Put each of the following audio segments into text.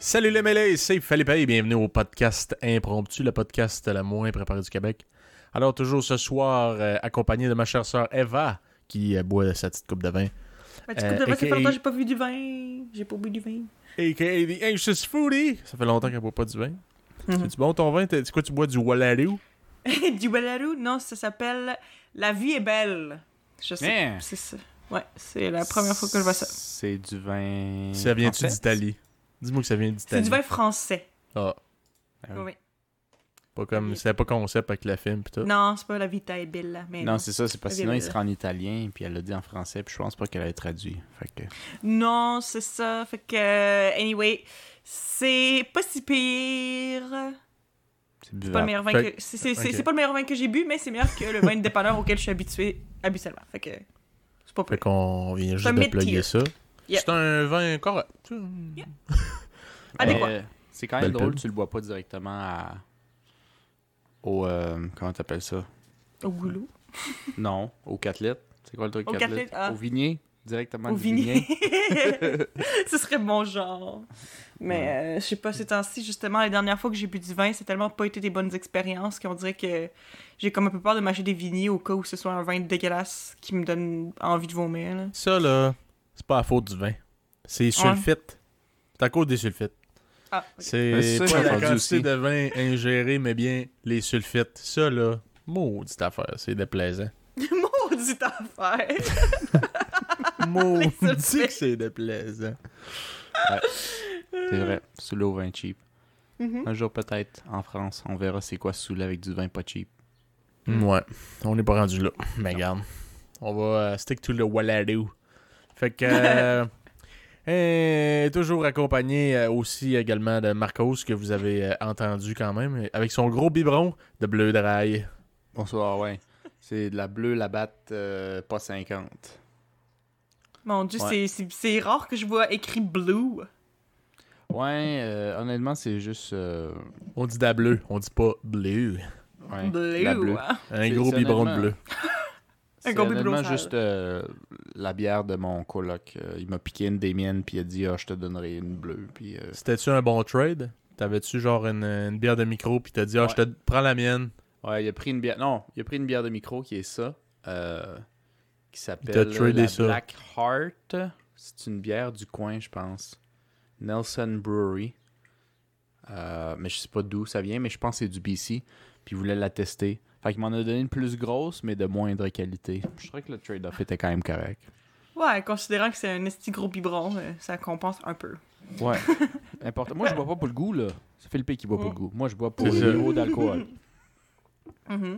Salut les mêlés, c'est Philippe et bienvenue au podcast Impromptu, le podcast le moins préparé du Québec. Alors toujours ce soir, accompagné de ma chère sœur Eva, qui boit sa petite coupe de vin. Ma petite coupe de vin, ça fait longtemps que j'ai pas vu du vin. J'ai pas bu du vin. A.K.A. The Anxious Foodie. Ça fait longtemps qu'elle boit pas du vin. C'est-tu bon ton vin? C'est quoi, tu bois du Wallaroo? Du Wallaroo? Non, ça s'appelle La vie est belle. Je sais, c'est ça. Ouais, c'est la première fois que je vois ça. C'est du vin... Ça vient-tu d'Italie? Dis-moi que ça vient d'Italie. C'est du vin français. Ah. Oui. Pas comme... C'était pas concept avec la film pis tout. Non, c'est pas La vita è bella. Mais non, c'est ça, c'est parce que sinon il serait serait en italien, puis elle l'a dit en français, puis je pense pas qu'elle avait traduit. Fait que... Non, c'est ça. Fait que... Anyway, c'est pas si pire. C'est pas le meilleur vin que... C'est pas le meilleur vin que j'ai bu, mais c'est meilleur que le vin de dépanneur auquel je suis habitué habituellement. Fait que... C'est pas pire. Fait qu'on vient juste de plugger ça. Yep. C'est un vin correct. Yeah. Adéquat. C'est quand même Belle drôle, pub. tu le bois pas directement au... comment t'appelles ça? Au goulot. Non, au 4 litres. C'est quoi le truc Au 4 4 litres? litres, ah. Au vignier? Directement Au du vignier. vignier. Ce serait mon genre. Mais je sais pas, ces temps-ci, justement, les dernières fois que j'ai bu du vin, c'est tellement pas été des bonnes expériences qu'on dirait que j'ai comme un peu peur de m'acheter des vigniers au cas où ce soit un vin dégueulasse qui me donne envie de vomir. Là. Ça, là, c'est pas la faute du vin. C'est sulfite. C'est à cause des sulfites. Ah, ok. C'est Ça, pas j'ai la entendu quantité aussi. de vin ingéré, mais bien les sulfites. Ça, là, maudite affaire, c'est déplaisant. Maudite affaire! Maudit sulfites. que c'est déplaisant. Ouais, c'est vrai, saoulé au vin cheap. Mhm. Un jour peut-être, en France, on verra c'est quoi saouler avec du vin pas cheap. Ouais, on n'est pas rendu là. Mais regarde, on va stick to le Wallaroo. Fait que... toujours accompagné aussi également de Marcos, que vous avez entendu quand même, avec son gros biberon de bleu dry. Bonsoir, ouais. C'est de la bleue, la batte, pas 50. Mon Dieu, Ouais. c'est rare que je vois écrit blue. Ouais, honnêtement, c'est juste... On dit de la bleu, on dit pas bleu. ouais, Bleu, la bleue. hein? Un C'est- gros c'est biberon de honnêtement- bleu. C'est gros biberon honnêtement sale. juste la bière de mon coloc. Il m'a piqué une des miennes, puis il a dit « Ah, je te donnerai une bleue. » Puis C'était-tu un bon trade? T'avais-tu genre une bière de micro, puis t'as dit « Ah, Ouais. je te prends la mienne. ouais, il a pris une bière... Non, il a pris une bière de micro qui est ça, qui Il s'appelle t'a tradé la ça. Black Heart. C'est une bière du coin, je pense. Nelson Brewery. Mais je sais pas d'où ça vient, mais je pense que c'est du BC. Puis il voulait la tester. Fait qu'il m'en a donné une plus grosse, mais de moindre qualité. Je trouvais que le trade-off était quand même correct. Ouais, considérant que c'est un esti gros biberon, ça compense un peu. Ouais. Important. Moi, je bois pas pour le goût, là. C'est Philippe qui boit pour le goût. Moi, je bois pour C'est le ça. niveau d'alcool. Mhm.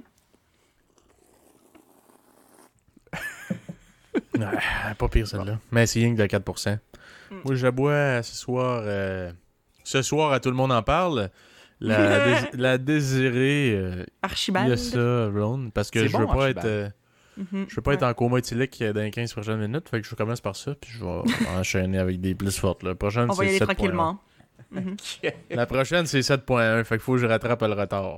Ouais, pas pire celle-là. Mais c'est rien que de 4%. Moi, je bois ce soir... Ce soir, à Tout le monde en parle. La désirée... Archibald. il y a ça, Ron. Parce que C'est je veux bon, pas Archibald. être... Mhm. Je veux pas être en coma éthylique dans les 15 prochaines minutes, fait que je commence par ça, puis je vais enchaîner avec des plus fortes. La prochaine, On va y c'est aller 7.1. tranquillement. Mhm. La prochaine, c'est 7.1, fait qu'il faut que je rattrape le retard.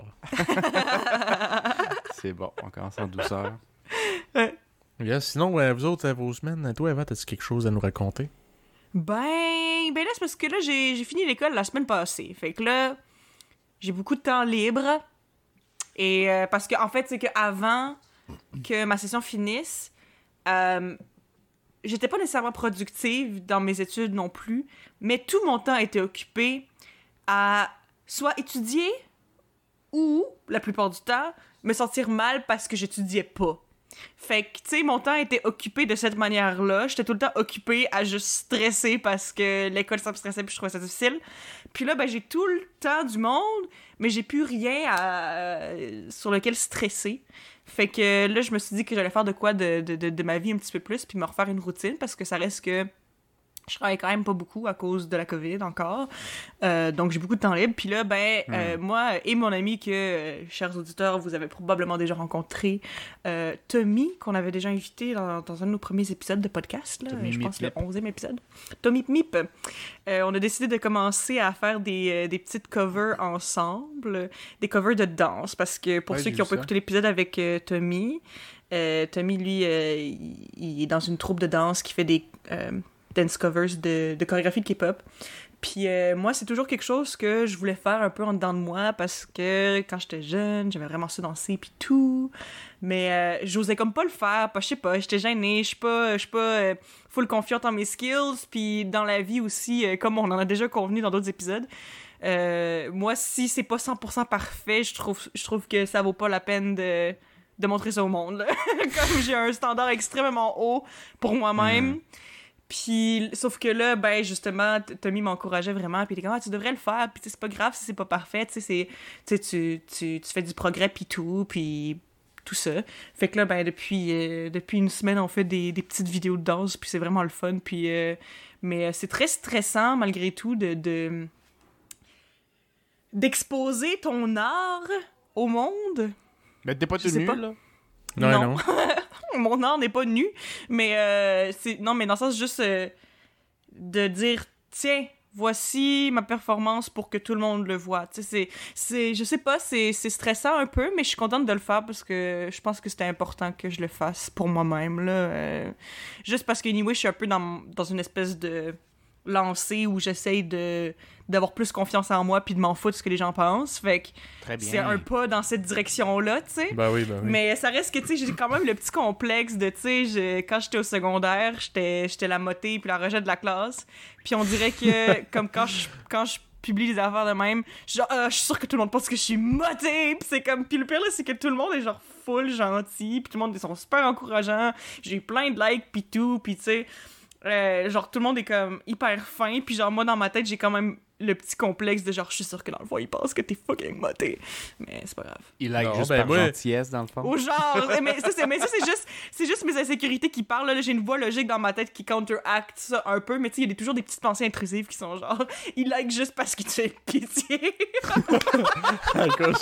C'est bon. On commence en douceur. Yes, sinon, vous autres, vos semaines, toi, Eva, t'as-tu quelque chose à nous raconter? Ben là, c'est parce que là, j'ai fini l'école la semaine passée. Fait que là, j'ai beaucoup de temps libre. Et parce que, en fait, c'est qu'avant que ma session finisse, j'étais pas nécessairement productive dans mes études non plus, mais tout mon temps était occupé à soit étudier ou, la plupart du temps, me sentir mal parce que j'étudiais pas. Fait que, tu sais, mon temps était occupé de cette manière-là. J'étais tout le temps occupée à juste stresser parce que l'école, ça me stressait puis je trouvais ça difficile. Puis là, ben, j'ai tout le temps du monde, mais j'ai plus rien sur lequel stresser. Fait que là, je me suis dit que j'allais faire de quoi de ma vie un petit peu plus puis me refaire une routine parce que ça reste que je travaille quand même pas beaucoup à cause de la COVID encore. Donc, j'ai beaucoup de temps libre. Puis là, moi et mon ami que, chers auditeurs, vous avez probablement déjà rencontré, Tommy, qu'on avait déjà invité dans un de nos premiers épisodes de podcast, là, Tommy je pense Mip le 11e épisode. Tommy Mip. On a décidé de commencer à faire des petites covers ensemble, des covers de danse, parce que pour Ouais, ceux j'ai qui n'ont vu pas ça. écouté l'épisode avec Tommy, Tommy, lui, il est dans une troupe de danse qui fait des dance covers de chorégraphie de K-pop. Puis moi, c'est toujours quelque chose que je voulais faire un peu en dedans de moi parce que quand j'étais jeune, j'aimais vraiment ça danser puis tout. Mais j'osais comme pas le faire, je sais pas, j'étais gênée, je suis pas full confiante en mes skills. Puis dans la vie aussi, comme on en a déjà convenu dans d'autres épisodes, moi, si c'est pas 100% parfait, je trouve que ça vaut pas la peine de montrer ça au monde. Là. Comme j'ai un standard extrêmement haut pour moi-même. Puis, sauf que là, ben, justement, Tommy m'encourageait vraiment, puis il était comme, tu devrais le faire, puis c'est pas grave si c'est pas parfait, tu fais du progrès, puis tout ça. Fait que là, ben, depuis une semaine, on fait des petites vidéos de danse, puis c'est vraiment le fun, puis... mais c'est très stressant, malgré tout, d'exposer ton art au monde. Mais t'es pas tenu, là? Non. Mon art n'est pas nu, mais mais dans le sens juste de dire tiens, voici ma performance pour que tout le monde le voit. Tu sais, je sais pas, c'est stressant un peu, mais je suis contente de le faire parce que je pense que c'était important que je le fasse pour moi-même là. Juste parce que anyway, je suis un peu dans une espèce de lancée où j'essaye d'avoir plus confiance en moi puis de m'en foutre de ce que les gens pensent. Fait que c'est un pas dans cette direction-là, tu sais. Ben oui. Mais ça reste que, tu sais, j'ai quand même le petit complexe de, tu sais, quand j'étais au secondaire, j'étais la motée puis la rejet de la classe. Puis on dirait que, comme quand je publie des affaires de même, genre, je suis sûre que tout le monde pense que je suis motée. Puis c'est comme... Puis le pire, là, c'est que tout le monde est genre full gentil. Puis tout le monde, ils sont super encourageants. J'ai eu plein de likes puis tout. Puis tu sais... genre tout le monde est comme hyper fin, puis genre moi dans ma tête j'ai quand même le petit complexe de genre je suis sûr que dans le fond ils pensent que t'es fucking moté, mais c'est pas grave. Il like juste par gentillesse dans le fond. Ou genre mais ça c'est juste mes insécurités qui parlent là, j'ai une voix logique dans ma tête qui counteract ça un peu, mais tu sais il y a toujours des petites pensées intrusives qui sont genre il like juste parce qu'il te fait pitié. Encore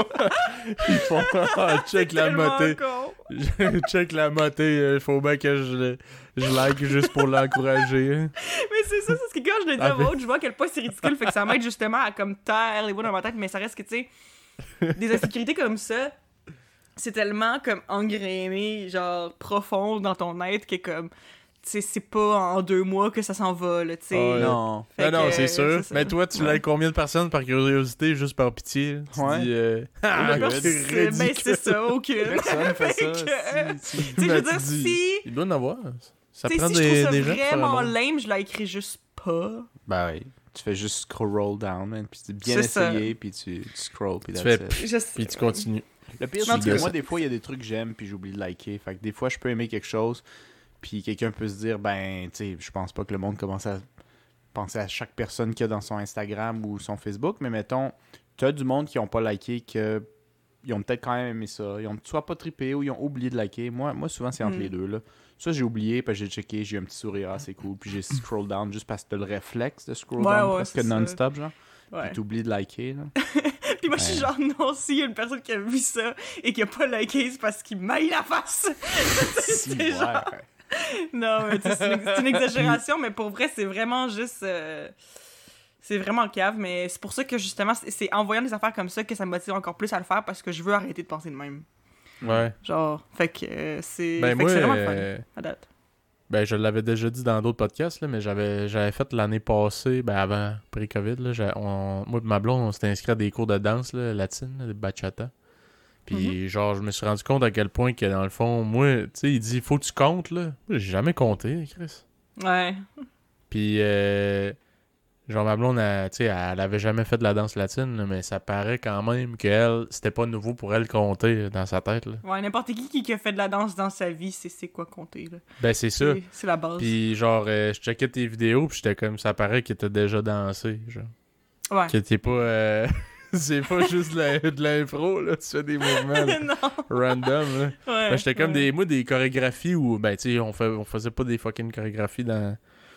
ils font check la motée. Check la motée, faut bien que je like juste pour l'encourager. Mais c'est ça, c'est ce que quand je le dis à voix haute, je vois à quel point c'est ridicule, fait que ça m'aide justement à comme taire les voix dans ma tête, mais ça reste que, tu sais, des insécurités comme ça, c'est tellement comme engrainé, genre profond dans ton être, que comme, tu sais, c'est pas en 2 mois que ça s'en va, là, tu sais. Oh, non. Non, c'est sûr. Mais toi, tu likes combien de personnes par curiosité, juste par pitié? Tu dis, ben, c'est ça, aucune. Personne fait ça. Tu sais, je veux dire, si... Il doit en avoir. Ça T'sais, prend si des je trouve gens ça pour faire vraiment le monde. lame, je likerai juste pas. Ben oui. Tu fais juste scroll down, man, puis tu bien C'est essayé, puis tu scroll, puis Tu that's fais it. puis tu continues. Le pire, c'est que moi, des fois, il y a des trucs que j'aime, puis j'oublie de liker. Fait que des fois, je peux aimer quelque chose, puis quelqu'un peut se dire, ben, tu sais, je pense pas que le monde commence à penser à chaque personne qu'il y a dans son Instagram ou son Facebook, mais mettons, t'as du monde qui ont pas liké, que ils ont peut-être quand même aimé ça. Ils ont soit pas trippé ou ils ont oublié de liker. Moi souvent, c'est entre les deux, là. Ça, j'ai oublié, puis j'ai checké, j'ai eu un petit sourire, c'est cool. Puis j'ai scroll down juste parce que t'as le réflexe de scroll down presque non-stop, genre. Ouais. Puis t'oublies de liker, là. Puis moi, je suis genre, non, s'il y a une personne qui a vu ça et qui a pas liké, c'est parce qu'il maille la face. Si, c'est genre... Non, mais c'est une exagération, mais pour vrai, c'est vraiment juste... C'est vraiment cave, mais c'est pour ça que, justement, c'est en voyant des affaires comme ça que ça me motive encore plus à le faire, parce que je veux arrêter de penser de même. Ouais. Genre, fait que c'est... Ben fait moi, que c'est vraiment fun, à date. Ben, je l'avais déjà dit dans d'autres podcasts, là, mais j'avais fait l'année passée, ben avant, pré-Covid, là, moi et ma blonde, on s'était inscrit à des cours de danse là, latine, là, de bachata. Puis genre, je me suis rendu compte à quel point que dans le fond, moi, tu sais, il dit, faut que tu comptes, là. Moi, j'ai jamais compté, Chris. Ouais. Puis, genre, ma blonde, tu sais, elle avait jamais fait de la danse latine, là, mais ça paraît quand même qu'elle, c'était pas nouveau pour elle compter dans sa tête, là. Ouais, n'importe qui a fait de la danse dans sa vie, c'est quoi compter, là. Ben, c'est ça. C'est la base. Puis genre, je checkais tes vidéos, puis j'étais comme, ça paraît que t'as déjà dansé, genre. Ouais. Que t'es pas... c'est pas juste de l'impro, là, tu fais des mouvements là, random, là. Ouais, Ben, j'étais comme des chorégraphies où, ben, tu sais, on faisait pas des fucking chorégraphies dans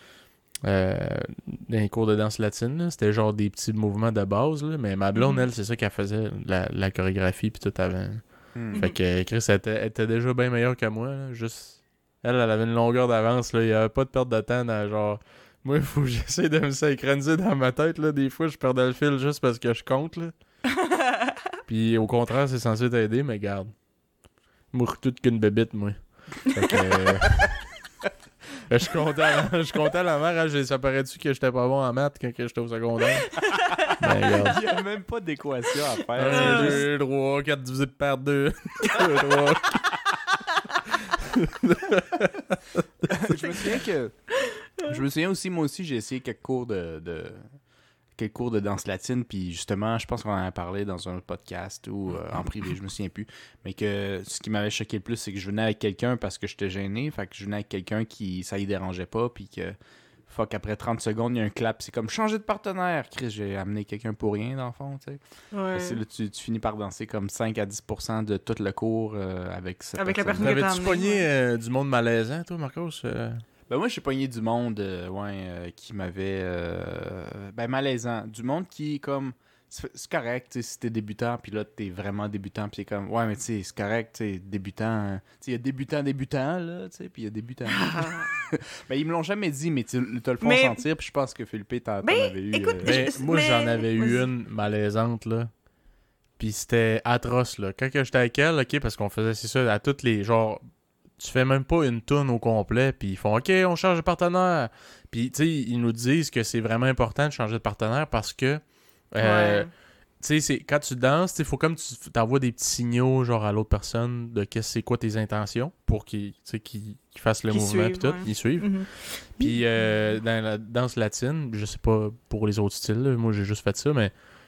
les cours de danse latine, là. C'était genre des petits mouvements de base, là, mais ma blonde, elle, c'est ça qu'elle faisait, la chorégraphie, puis tout avant. Fait que Chris, elle était déjà bien meilleure que moi, là, juste... Elle avait une longueur d'avance, là, il y avait pas de perte de temps dans genre... Moi, il faut que j'essaie de me synchroniser dans ma tête, là. Des fois, je perdais le fil juste parce que je compte, là. Puis, au contraire, c'est censé t'aider, mais garde. Moi, toute qu'une bébite, moi. Fait que... Je suis content, la mère, hein, ça paraît-tu que j'étais pas bon en maths quand j'étais au secondaire? Ben, regarde. Il y a même pas d'équation à faire. 1, 2, 3, 4 divisé par 2. 2, 3. Je me souviens aussi, moi aussi, j'ai essayé quelques cours de danse latine, puis justement, je pense qu'on en a parlé dans un autre podcast ou en privé, je me souviens plus. Mais que ce qui m'avait choqué le plus, c'est que je venais avec quelqu'un parce que j'étais gêné, fait que je venais avec quelqu'un qui ça y dérangeait pas, puis que après 30 secondes, il y a un clap, c'est comme changer de partenaire. Chris, j'ai amené quelqu'un pour rien, dans le fond, tu sais. Ouais. Parce que là, tu finis par danser comme 5 à 10% de tout le cours avec cette Avec la personne. personne que T'avais-tu t'as pogné amené, du monde malaisant, toi, Marcos? Ben moi, j'ai pogné du monde qui m'avait... malaisant. Du monde qui, comme... C'est correct, tu sais, si t'es débutant, puis là, t'es vraiment débutant, puis c'est comme... Ouais, mais tu sais, c'est correct, tu sais, débutant... Tu sais, il y a débutant, là, tu sais, puis il y a débutant. Ben, ils me l'ont jamais dit, mais tu te le font sentir, puis je pense que Philippe, t'en avais eu... écoute, moi, j'en avais eu Vas-y. une malaisante, là. Puis c'était atroce, là. Quand que j'étais avec elle, OK, parce qu'on faisait, c'est ça, à toutes les... Genre, tu fais même pas une toune au complet, puis ils font OK, on change de partenaire. Puis, tu sais, ils nous disent que c'est vraiment important de changer de partenaire parce que, Ouais. tu sais, quand tu danses, il faut comme tu t'envoies des petits signaux, genre, à l'autre personne de c'est quoi tes intentions pour qu'ils fassent le Qu'ils mouvement, suivent, puis tout, ouais. ils suivent. Mhm. Puis, dans la danse latine, je sais pas pour les autres styles, là, moi, j'ai juste fait ça, mais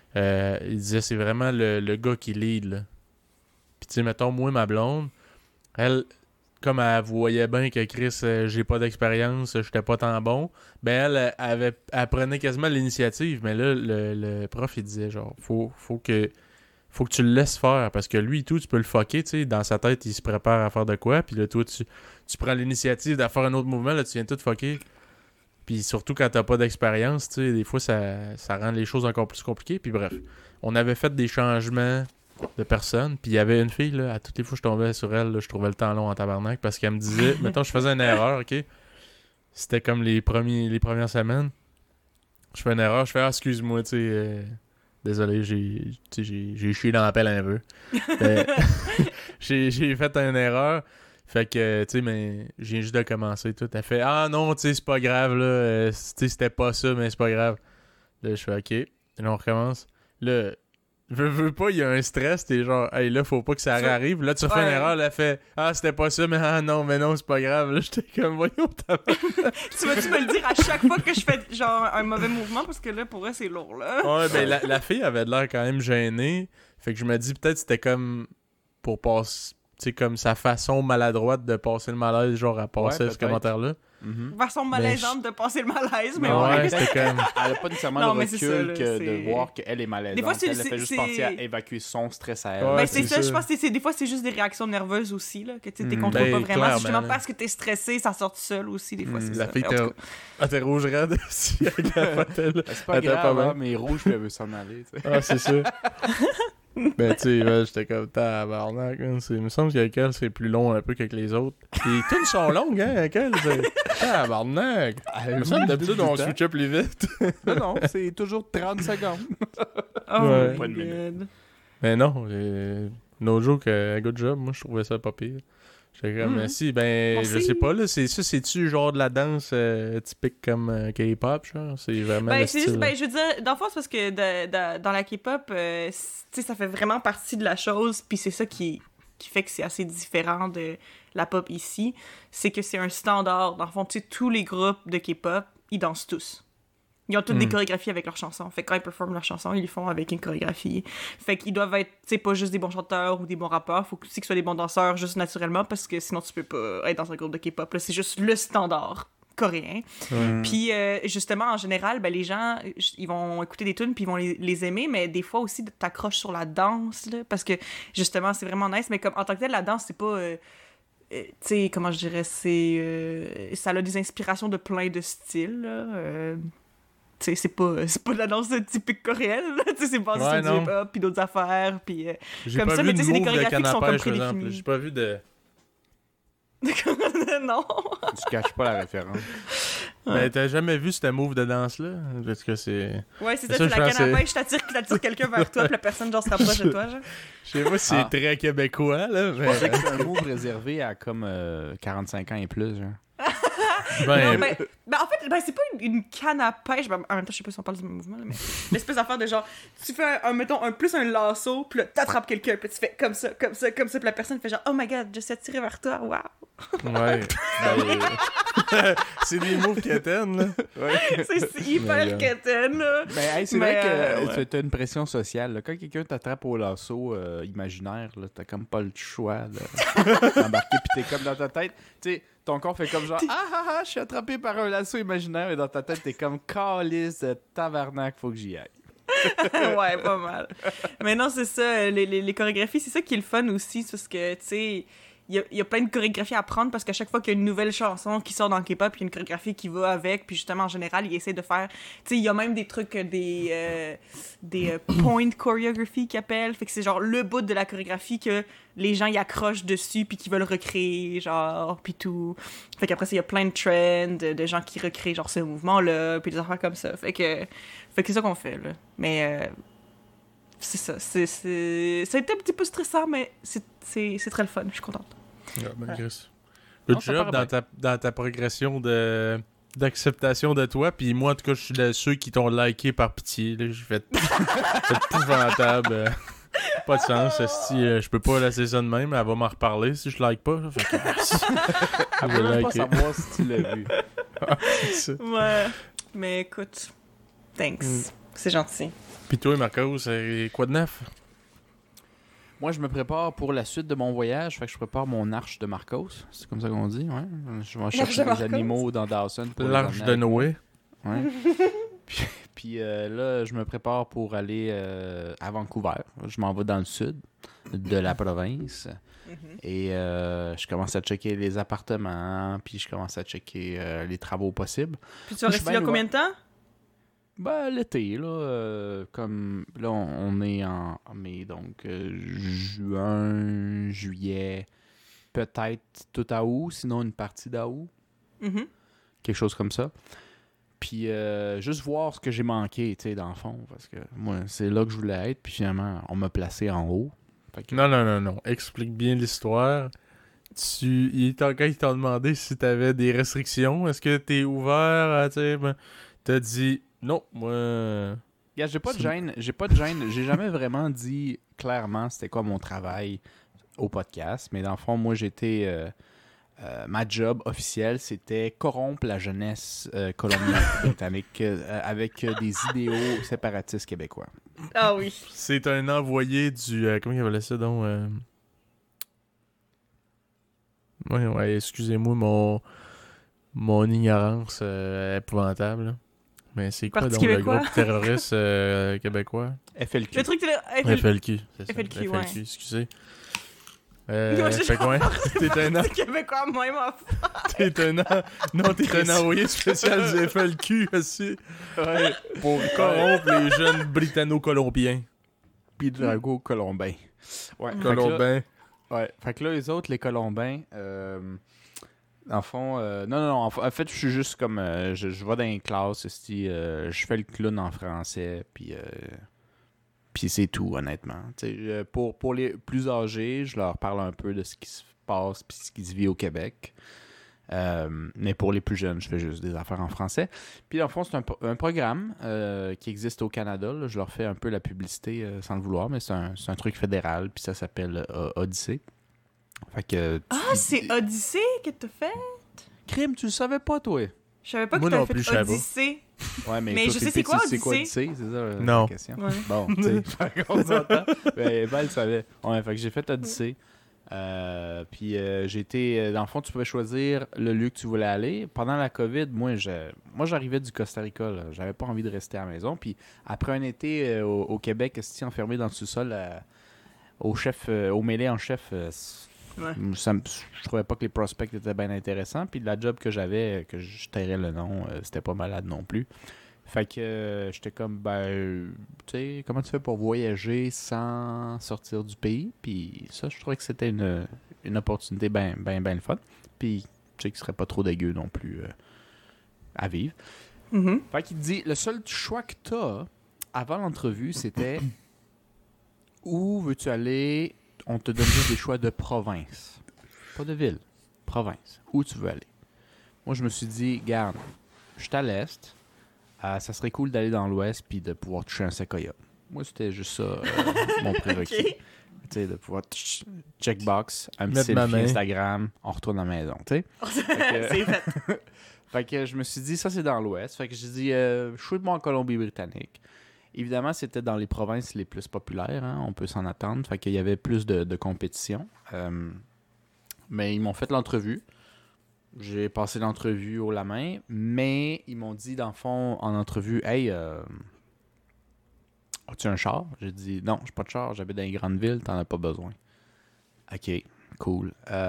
il disait c'est vraiment le gars qui lead, là. Puis, tu sais, mettons, moi, ma blonde, elle, comme elle voyait bien que Chris, j'ai pas d'expérience, j'étais pas tant bon, ben elle prenait quasiment l'initiative. Mais là, le prof, il disait genre, faut que tu le laisses faire, parce que lui et tout, tu peux le fucker, tu sais, dans sa tête, il se prépare à faire de quoi, puis là, toi, tu prends l'initiative de faire un autre mouvement, là, tu viens tout fucker. Puis surtout quand t'as pas d'expérience, tu sais, des fois, ça rend les choses encore plus compliquées. Puis bref, on avait fait des changements de personnes, puis il y avait une fille, là, à toutes les fois que je tombais sur elle, là, je trouvais le temps long en tabarnak, parce qu'elle me disait, mettons, je faisais une erreur, OK? C'était comme les premières semaines. Je fais une erreur, je fais, excuse-moi, tu sais, désolé, j'ai chié dans la pelle un peu. J'ai fait une erreur. Fait que, tu sais, mais j'ai juste de commencer tout. Elle fait, non, tu sais, c'est pas grave, là. Tu sais, c'était pas ça, mais c'est pas grave. Là, je fais, OK. Et là, on recommence. Là, veux pas, il y a un stress. T'es genre, hey, là, faut pas que ça arrive. Là, tu refais une erreur. Là, elle fait, c'était pas ça, mais non, c'est pas grave. Là, j'étais comme, voyons, Tu vas-tu me le dire à chaque fois que je fais, genre, un mauvais mouvement? Parce que là, pour vrai, c'est lourd, là. Ouais, ben, la fille avait l'air quand même gênée. Fait que je me dis, peut-être c'était comme pour passer. Tu sais, comme sa façon maladroite de passer le malaise, genre à passer ce commentaire-là. Façon malaisante de passer le malaise, mais ouais, ouais. c'était comme... Elle a pas nécessairement Non, le mais c'est recul ça, là, que c'est- de voir qu'elle est malaisante. Des fois, Elle fait juste c'est- penser à évacuer son stress à elle. Ouais, Ben, c'est c'est ça, ça. je pense que des fois, c'est juste des réactions nerveuses aussi, là, que tu sais, t'es Mm. contrôles Ben, pas vraiment. clairement, C'est justement là. parce que t'es stressé, ça sort tout seul aussi, des fois, c'est La ça. fille Mais en tout cas, t'es rouge raide aussi avec la fatelle. Ben, c'est pas Elle était pas grave, bien. hein, mais rouge, puis elle veut s'en aller. Tu sais. Ah, c'est ça. Ben, tu sais, j'étais comme tabarnak. Hein. Il me semble qu'avec elle, c'est plus long un peu qu'avec les autres. Les tunes sont longues, hein, avec elle. Tabarnak. Il me semble d'habitude, on switchait plus vite. Non, c'est toujours 30 secondes. oh Ouais. my Pas une minute. god. Mais non, no joke, good job. Moi, je trouvais ça pas pire. J'étais comme, si, ben, Merci. je sais pas, là, c'est-tu genre de la danse typique comme K-pop, genre? C'est vraiment Ben, le c'est style. juste, ben, je veux dire, dans le fond, c'est parce que dans la K-pop, tu sais, ça fait vraiment partie de la chose, puis c'est ça qui fait que c'est assez différent de la pop ici, c'est que c'est un standard. Dans le fond, tu sais, tous les groupes de K-pop, ils dansent tous. Ils ont toutes des chorégraphies avec leurs chansons. Fait que quand ils performent leurs chansons, ils les font avec une chorégraphie. Fait qu'ils doivent être, tu sais, pas juste des bons chanteurs ou des bons rappeurs. Faut aussi qu'ils soient des bons danseurs juste naturellement, parce que sinon tu peux pas être dans un groupe de K-pop. Là, c'est juste le standard coréen. Puis justement, en général, ben, les gens, ils vont écouter des tunes puis ils vont les aimer, mais des fois aussi, t'accroches sur la danse, là, parce que justement, c'est vraiment nice. Mais comme en tant que tel, la danse, c'est pas... tu sais, comment je dirais, ça a des inspirations de plein de styles, là. Tu sais, c'est pas de la danse typique coréenne, là. Tu sais, c'est basé Ouais, sur non. du hip-hop puis d'autres affaires, puis... J'ai comme pas ça, vu mais de tu sais, c'est des move de chorégraphies qui sont comme canapèche, par exemple. prédéfinies. J'ai pas vu de... non! Tu caches pas la référence. Ben, t'as jamais vu ce move de danse-là? Parce que c'est... Ouais, c'est Ça, ça, c'est je la pense canne à pêche, t'attires quelqu'un vers toi, puis la personne, genre, se rapproche de toi, genre. Je sais pas si c'est Ah. très québécois, là, Je mais... pensais que c'est un move réservé à comme 45 ans et plus. Genre. Non, ben, en fait, c'est pas une canne à pêche. Ben, en même temps, je sais pas si on parle du même mouvement, là, mais l'espèce d'affaire de genre, tu fais mettons, plus un lasso, puis là, t'attrapes quelqu'un, puis tu fais comme ça, puis la personne fait genre, oh my god, je suis attiré vers toi, wow. Ouais. C'est des mots quétaines, là. Ouais. C'est hyper quétaine, là. Ben, hey, c'est vrai que ouais. t'as une pression sociale. Là. Quand quelqu'un t'attrape au lasso imaginaire, là, t'as comme pas le choix d'embarquer, pis t'es comme dans ta tête, tu sais, ton corps fait comme genre je suis attrapé par un lasso imaginaire, et dans ta tête, t'es comme calice de tabarnak, faut que j'y aille. Ouais, pas mal. Mais non, c'est ça, les chorégraphies, c'est ça qui est le fun aussi, c'est parce que, tu sais, il y a plein de chorégraphies à apprendre parce qu'à chaque fois qu'il y a une nouvelle chanson qui sort dans le K-pop, il y a une chorégraphie qui va avec, puis justement, en général, ils essaient de faire... Tu sais, il y a même des trucs, des point choreography qu'ils appellent, fait que c'est genre le bout de la chorégraphie que les gens y accrochent dessus puis qui veulent recréer, genre, puis tout. Fait qu'après, il y a plein de trends de gens qui recréent, genre, ce mouvement-là, puis des affaires comme ça. Fait que c'est ça qu'on fait, là. Mais... c'est ça. Ça a été un petit peu stressant, mais c'est très le fun. Je suis contente. Ah, ben, Ouais. Chris. Non, Good ça job paraît dans ta progression d'acceptation de toi. Puis moi, en tout cas, je suis de ceux qui t'ont liké par pitié. J'ai fait épouvantable. Pas de sens. Si je peux pas laisser ça de même, elle va m'en reparler si je like pas. Fait que, Elle veut même pas savoir si tu l'as vu. c'est ça. Ouais. Mais écoute, thanks. C'est gentil. Puis toi, Marcos, c'est quoi de neuf? Moi, je me prépare pour la suite de mon voyage. Fait que je prépare mon arche de Marcos. C'est comme ça qu'on dit, ouais. Je vais chercher de des Marcos? animaux dans Dawson. pour les L'arche emmener de avec moi. Noé. Ouais. Puis là, je me prépare pour aller à Vancouver. Je m'en vais dans le sud de la province. Et je commence à checker les appartements. Puis je commence à checker les travaux possibles. Puis tu vas Je suis rester là bien combien de temps? Ben, l'été, là, comme là, on est en mai, donc juin, juillet, peut-être tout à août, sinon une partie d'août, Mhm. quelque chose comme ça. Puis juste voir ce que j'ai manqué, tu sais, dans le fond, parce que moi, c'est là que je voulais être, puis finalement, on m'a placé en haut. Fait que- Non. Explique bien l'histoire. Quand ils t'ont demandé si t'avais des restrictions, est-ce que t'es ouvert à, tu sais, ben, t'as dit non, moi. Regarde, j'ai pas de gêne, j'ai jamais vraiment dit clairement c'était quoi mon travail au podcast, mais dans le fond, moi, j'étais... ma job officielle, c'était corrompre la jeunesse colombienne britannique avec des idéaux séparatistes québécois. Ah oui. C'est un envoyé du. Comment il appelait ça donc Ouais, excusez-moi mon ignorance épouvantable. Là. Mais c'est quoi Parti donc le québécois? groupe terroriste québécois? FLQ. Le truc, c'est là. FLQ, c'est ça. FLQ, ouais. Excusez. Moi, j'ai Fait quoi? T'es un Québécois, même enfant. t'es un envoyé spécial du FLQ aussi. Ouais, pour corrompre les jeunes britanno-colombiens. Puis Drago Colombin. Ouais, fait que là- Colombins. Ouais, fait que là, les autres, les Colombins, en fond, non, en fait, je suis juste comme, je vais dans une classe, je fais le clown en français, puis c'est tout, honnêtement. Pour les plus âgés, je leur parle un peu de ce qui se passe puis ce qui se vit au Québec. Mais pour les plus jeunes, je fais juste des affaires en français. Puis, en fond, c'est un programme qui existe au Canada. Là. Je leur fais un peu la publicité sans le vouloir, mais c'est un truc fédéral, puis ça s'appelle Odyssée. Fait que... C'est Odyssée que t'as fait? Crime, tu le savais pas, toi? Je savais pas Moi que t'avais non plus, je fait savais pas. Odyssée. Ouais, Mais toi, je sais Pépé, c'est quoi, tu sais quoi Odyssée? Odyssée, c'est ça Non. la question? Ouais. Bon, tu sais, fait qu'on s'entend. Ben, Val savait. Ouais, fait que j'ai fait Odyssée. Puis j'ai été... dans le fond, tu pouvais choisir le lieu que tu voulais aller. Pendant la COVID, moi j'arrivais du Costa Rica. Là. J'avais pas envie de rester à la maison. Puis après un été au Québec, enfermé dans le sous-sol au mêlé en chef... Ouais. Je trouvais pas que les prospects étaient bien intéressants. Puis la job que j'avais, que je tairais le nom, c'était pas malade non plus. Fait que j'étais comme, tu sais, comment tu fais pour voyager sans sortir du pays? Puis ça, je trouvais que c'était une opportunité bien le fun. Puis, tu sais, qui serait pas trop dégueu non plus à vivre. Mhm. Fait qu'il te dit, le seul choix que t'as avant l'entrevue, c'était où veux-tu aller? On te donne juste des choix de province. Pas de ville. Province. Où tu veux aller. moi, je me suis dit, garde, je suis à l'est. Ça serait cool d'aller dans l'ouest puis de pouvoir toucher un séquoia. Moi, c'était juste ça, mon prérequis. Ok. Tu sais, de pouvoir checkbox, un petit Mettre ma selfie main. Instagram, on retourne à la maison, tu sais. C'est fait. Fait que je me suis dit, ça, c'est dans l'ouest. Fait que j'ai dit, shoot-moi en Colombie-Britannique. Évidemment, c'était dans les provinces les plus populaires, hein, on peut s'en attendre. Fait qu'il y avait plus de compétition. Mais ils m'ont fait l'entrevue. J'ai passé l'entrevue haut la main, mais ils m'ont dit, dans le fond, en entrevue, « Hey, as-tu un char? » J'ai dit, « Non, j'ai pas de char, j'habite dans les grandes villes, t'en as pas besoin. » OK, cool.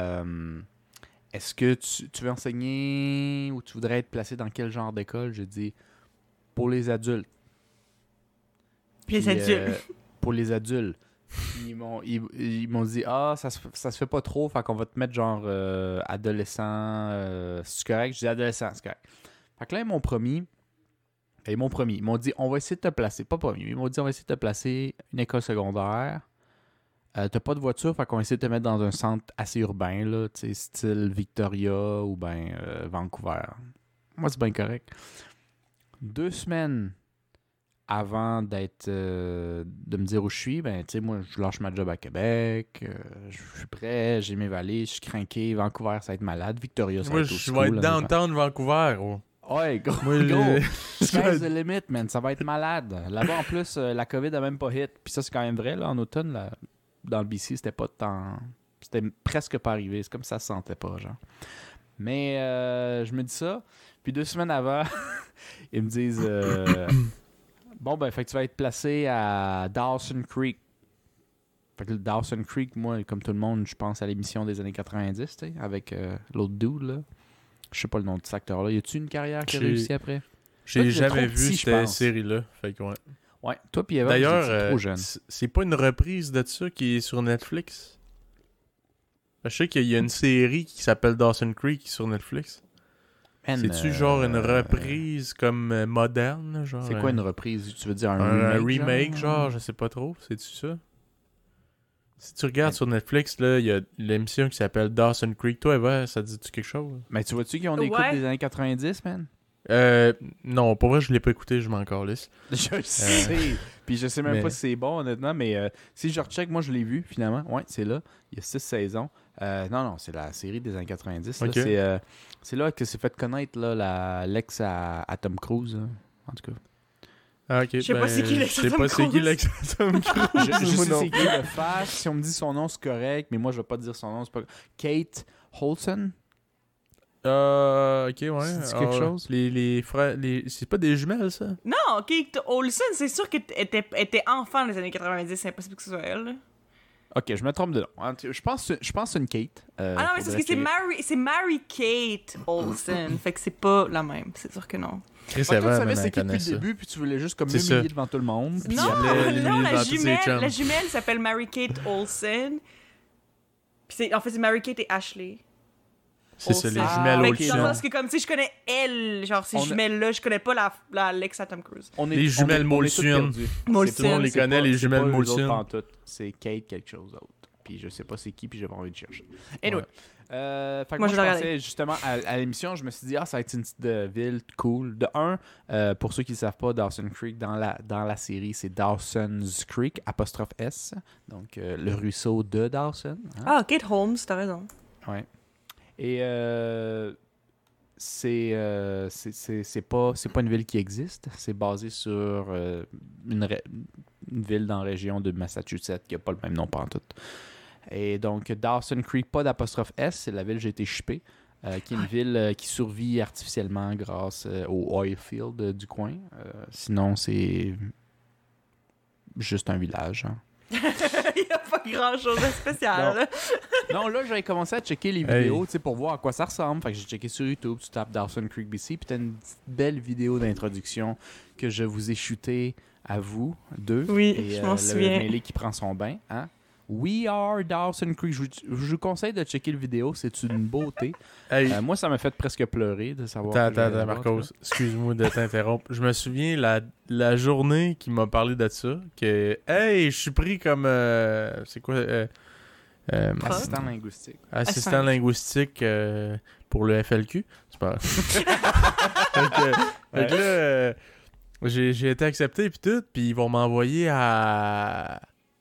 Est-ce que tu veux enseigner ou tu voudrais être placé dans quel genre d'école? J'ai dit, pour les adultes. Puis les Puis, adultes. pour les adultes. Ils m'ont dit, ça se fait pas trop, fait qu'on va te mettre genre adolescent, c'est correct? Je dis adolescent, c'est correct. Fait que là, ils m'ont promis. Ils m'ont dit, on va essayer de te placer. Pas promis, ils m'ont dit, on va essayer de te placer une école secondaire. T'as pas de voiture, fait qu'on va essayer de te mettre dans un centre assez urbain, là, tu sais, style Victoria ou ben Vancouver. Moi, c'est bien correct. 2 semaines avant d'être de me dire où je suis, ben tu sais, moi je lâche ma job à Québec, je suis prêt, j'ai mes valises, je suis craqué, Vancouver ça va être malade, Victoria ça va Moi, être au je school, vais être là, downtown Vancouver. Oh. Ouais, gros, Moi, gros. je- Sky's the limit, man, ça va être malade. Là-bas en plus, la COVID a même pas hit, puis ça c'est quand même vrai, là, en automne, là, dans le BC, c'était pas tant... C'était presque pas arrivé, c'est comme ça se sentait pas, genre. Mais je me dis ça, puis 2 semaines avant, ils me disent... Bon, ben, fait que tu vas être placé à Dawson Creek. Fait que le Dawson Creek, moi, comme tout le monde, je pense à l'émission des années 90, tu sais, avec l'autre dude, là. Je sais pas le nom de cet acteur-là. Y a-tu une carrière qui a J'ai- réussi après? J'ai Toi, t'es jamais trop vu petit, je cette pense. série-là. Fait que ouais. Ouais, toi pis Eva, vous D'ailleurs, étiez trop jeune. c'est pas une reprise de ça qui est sur Netflix? Je sais qu'il y a une série qui s'appelle Dawson Creek sur Netflix. Man, C'est-tu genre une reprise comme moderne? Genre, C'est quoi une reprise? Tu veux dire un remake? remake, genre, je sais pas trop. C'est-tu ça? Si tu regardes sur Netflix, là, il y a l'émission qui s'appelle Dawson Creek. Toi, Eva, ça te dit-tu quelque chose? Mais tu vois-tu qu'ils ont des coupes Ouais. des années 90, man? Non, pour vrai, je l'ai pas écouté, je m'en calisse. Je sais. Puis je sais même mais- pas si c'est bon, honnêtement, mais si je recheck, moi je l'ai vu, finalement. Ouais, c'est là. Il y a 6 saisons. Non, c'est la série des années 90. Là. Ok. C'est là que s'est fait connaître là, l'ex à Tom Cruise. Là. En tout cas. Ah, ok. Je sais pas c'est qui l'ex Je sais Tom pas c'est qui Cruise. l'ex Tom Cruise. Je Moi sais non c'est plus. qui le face. Si on me dit son nom, c'est correct, mais moi je vais pas dire son nom. C'est pas... Kate Holson. Ok, ouais. Ça dit quelque chose? Les frères. C'est pas des jumelles, ça? Non, Kate Olsen, c'est sûr qu'elle était enfant dans les années 90, c'est impossible que ce soit elle. là. Ok, je me trompe de nom. Je pense que c'est une Kate. Ah non, mais c'est parce que c'est Mary Kate Olsen, fait que c'est pas la même, c'est sûr que non. Chris Toi, tu Evans, savais man, c'est elle qui depuis connaît le ça. début, puis tu voulais juste comme C'est m'humilier ça. devant tout le monde. Puis Non, allait non, l'éliminer dans tous ses chums. la jumelle s'appelle Mary Kate Olsen. Puis en fait, c'est Mary Kate et Ashley. C'est ça, les Olsen. jumelles Fait que Olsen. dans le sens que comme, tu sais, je connais elle, genre ces On a- jumelles-là, je connais pas la Alexa Tom Cruise. Les jumelles Molson. Molson. Tout le monde les connaît, les jumelles Molson. C'est Kate quelque chose d'autre. Puis je sais pas c'est qui, puis j'ai pas envie de chercher. Anyway. Ouais. Fait que Moi, moi, je je l'ai pensais regardé. justement à l'émission, je me suis dit, ça va être une petite ville cool. De un, pour ceux qui ne savent pas, Dawson Creek, dans la série, c'est Dawson's Creek, apostrophe S. Donc, le ruisseau de Dawson. Hein? Ah, Kate Holmes, t'as raison. Ouais. Et c'est pas une ville qui existe. C'est basé sur une ville dans la région de Massachusetts qui n'a pas le même nom pantoute. Et donc, Dawson Creek, pas d'apostrophe S, c'est la ville où j'ai été shippé, qui est une ville qui survit artificiellement grâce au oil field du coin. Sinon, c'est juste un village. Hein. Il y a pas grand-chose de spécial. là. Non, là, j'avais commencé à checker les vidéos, tu sais, pour voir à quoi ça ressemble. Fait que j'ai checké sur YouTube, tu tapes Dawson Creek BC, puis t'as une petite belle vidéo d'introduction que je vous ai shootée à vous deux. Oui, et, je m'en le souviens. mêlé qui prend son bain, hein. We are Dawson Creek. Je vous conseille de checker le vidéo, c'est une beauté. Hey, Moi, ça m'a fait presque pleurer de savoir. attends, que j'allais attends, voir Marcos, ça. excuse-moi de t'interrompre. Je me souviens la journée qui m'a parlé de ça, que hey, je suis pris comme c'est quoi Assistant linguistique. Assistant linguistique pour le FLQ. C'est pas fait que là, j'ai été accepté puis tout, puis ils vont m'envoyer à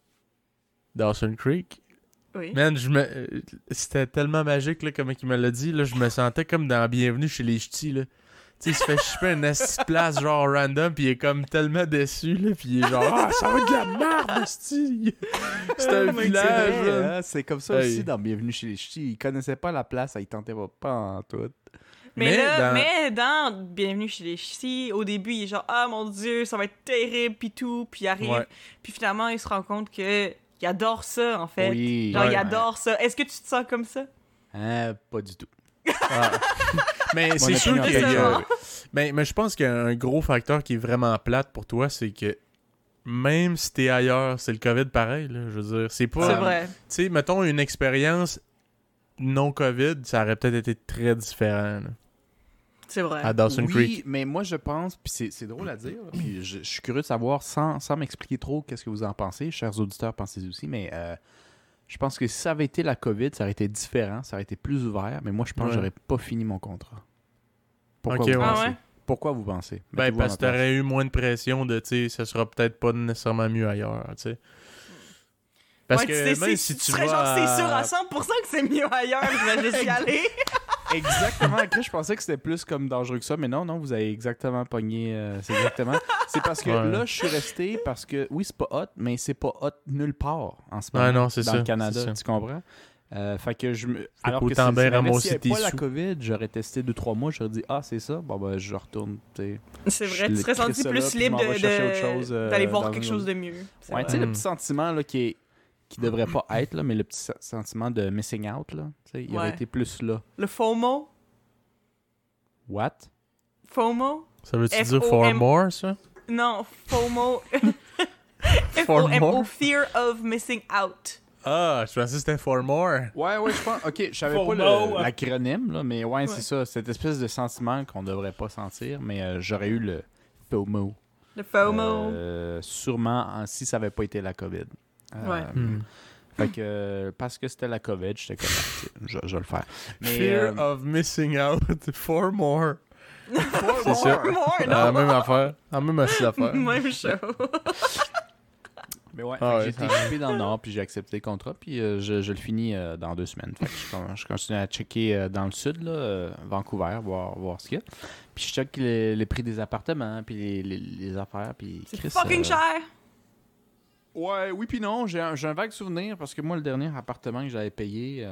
Dawson Creek. Oui. Man, c'était tellement magique là, comme il me l'a dit. Là, je me sentais comme dans Bienvenue chez les Ch'tis. Là. Tu sais, il se fait chipper une asti de place genre random, puis il est comme tellement déçu, là, puis il est genre « Ah, ça va être de la merde, asti! » C'est un village, C'est vrai, là. hein, c'est comme ça Hey. aussi dans Bienvenue chez les Ch'tis. Ils connaissaient pas la place, ils tentaient pas en tout. Mais dans Bienvenue chez les Ch'tis, au début, il est genre « Ah, mon Dieu, ça va être terrible, pis tout. » Puis il arrive, Ouais. puis finalement, il se rend compte que il adore ça, en fait. Oui. Genre, il Ouais. adore ça. Est-ce que tu te sens comme ça? Pas du tout. Ah. Mais c'est Mon sûr opinion que... décevant. Mais je pense qu'il y a un gros facteur qui est vraiment plate pour toi, c'est que même si t'es ailleurs, c'est le COVID pareil, là, je veux dire. C'est pas... C'est vrai. Tu sais, mettons une expérience non-COVID, ça aurait peut-être été très différent, là, C'est vrai. à Dawson Oui, Creek. mais moi je pense, puis c'est drôle à dire, là, puis je suis curieux de savoir, sans m'expliquer trop qu'est-ce que vous en pensez, chers auditeurs, pensez aussi, mais je pense que si ça avait été la COVID, ça aurait été différent, ça aurait été plus ouvert, mais moi je pense que Ouais. j'aurais pas fini mon contrat. Pourquoi Ok, vous ouais. pensez? Ah ouais? Pourquoi vous pensez? Ben, Mettez-vous parce en que place. t'aurais eu moins de pression de, tu sais, ça sera peut-être pas nécessairement mieux ailleurs, tu sais. Parce Ouais, que tu sais, même si si tu tu serais vas genre, c'est sûr à- à 100% que c'est mieux ailleurs, je vais juste y aller. Exactement, après je pensais que c'était plus comme dangereux que ça, mais non, vous avez exactement pogné, c'est exactement. C'est parce que Ouais. là, je suis resté parce que, oui, c'est pas hot, mais c'est pas hot nulle part en ce Ouais, moment non, c'est dans ça, le Canada, c'est ça. tu comprends? Fait que je me... Alors que qu'autant si bien s'il y ramasser avait tes pas la sous. COVID, j'aurais testé 2-3 mois, j'aurais dit « Ah, c'est ça? Bon, ben, je retourne, tu sais. » C'est vrai, Je tu serais crée senti ça là, plus puis je libre m'en vais chercher autre chose, d'aller voir dans quelque une chose autre- de mieux. C'est Ouais, vrai. tu sais, le Mm. petit sentiment là, qui devrait pas être, là, mais le petit sentiment de missing out, là, tu sais, il aurait Ouais. été plus là. Le FOMO. What? FOMO? Ça veut-tu dire F-O-M- for more, ça? Non, FOMO. For F-O-M-O, more? Fear of Missing Out. Ah, je pensais que c'était for more. Ouais, je pense. Ok, je savais FOMO, pas l'acronyme, là, mais ouais, Ouais. c'est ça. Cette espèce de sentiment qu'on devrait pas sentir, mais j'aurais eu le FOMO. Le FOMO. Sûrement si ça avait pas été la COVID. Ouais. Fait que parce que c'était la COVID, j'étais comme, ah, tu sais, je vais le faire. Mais, Fear of missing out for more. C'est ça. More, La non. même affaire. La même astuce d'affaire. Même chose. Mais ouais, Ah fait que ouais, j'ai été équipé dans le Nord, puis j'ai accepté le contrat, puis je le finis dans 2 semaines. Fait que je continue à checker dans le Sud, là, Vancouver, voir ce qu'il y a. Puis je check les prix des appartements, puis les affaires, puis C'est Chris, fucking cher. Ouais, oui puis non, j'ai un vague souvenir, parce que moi, le dernier appartement que j'avais payé,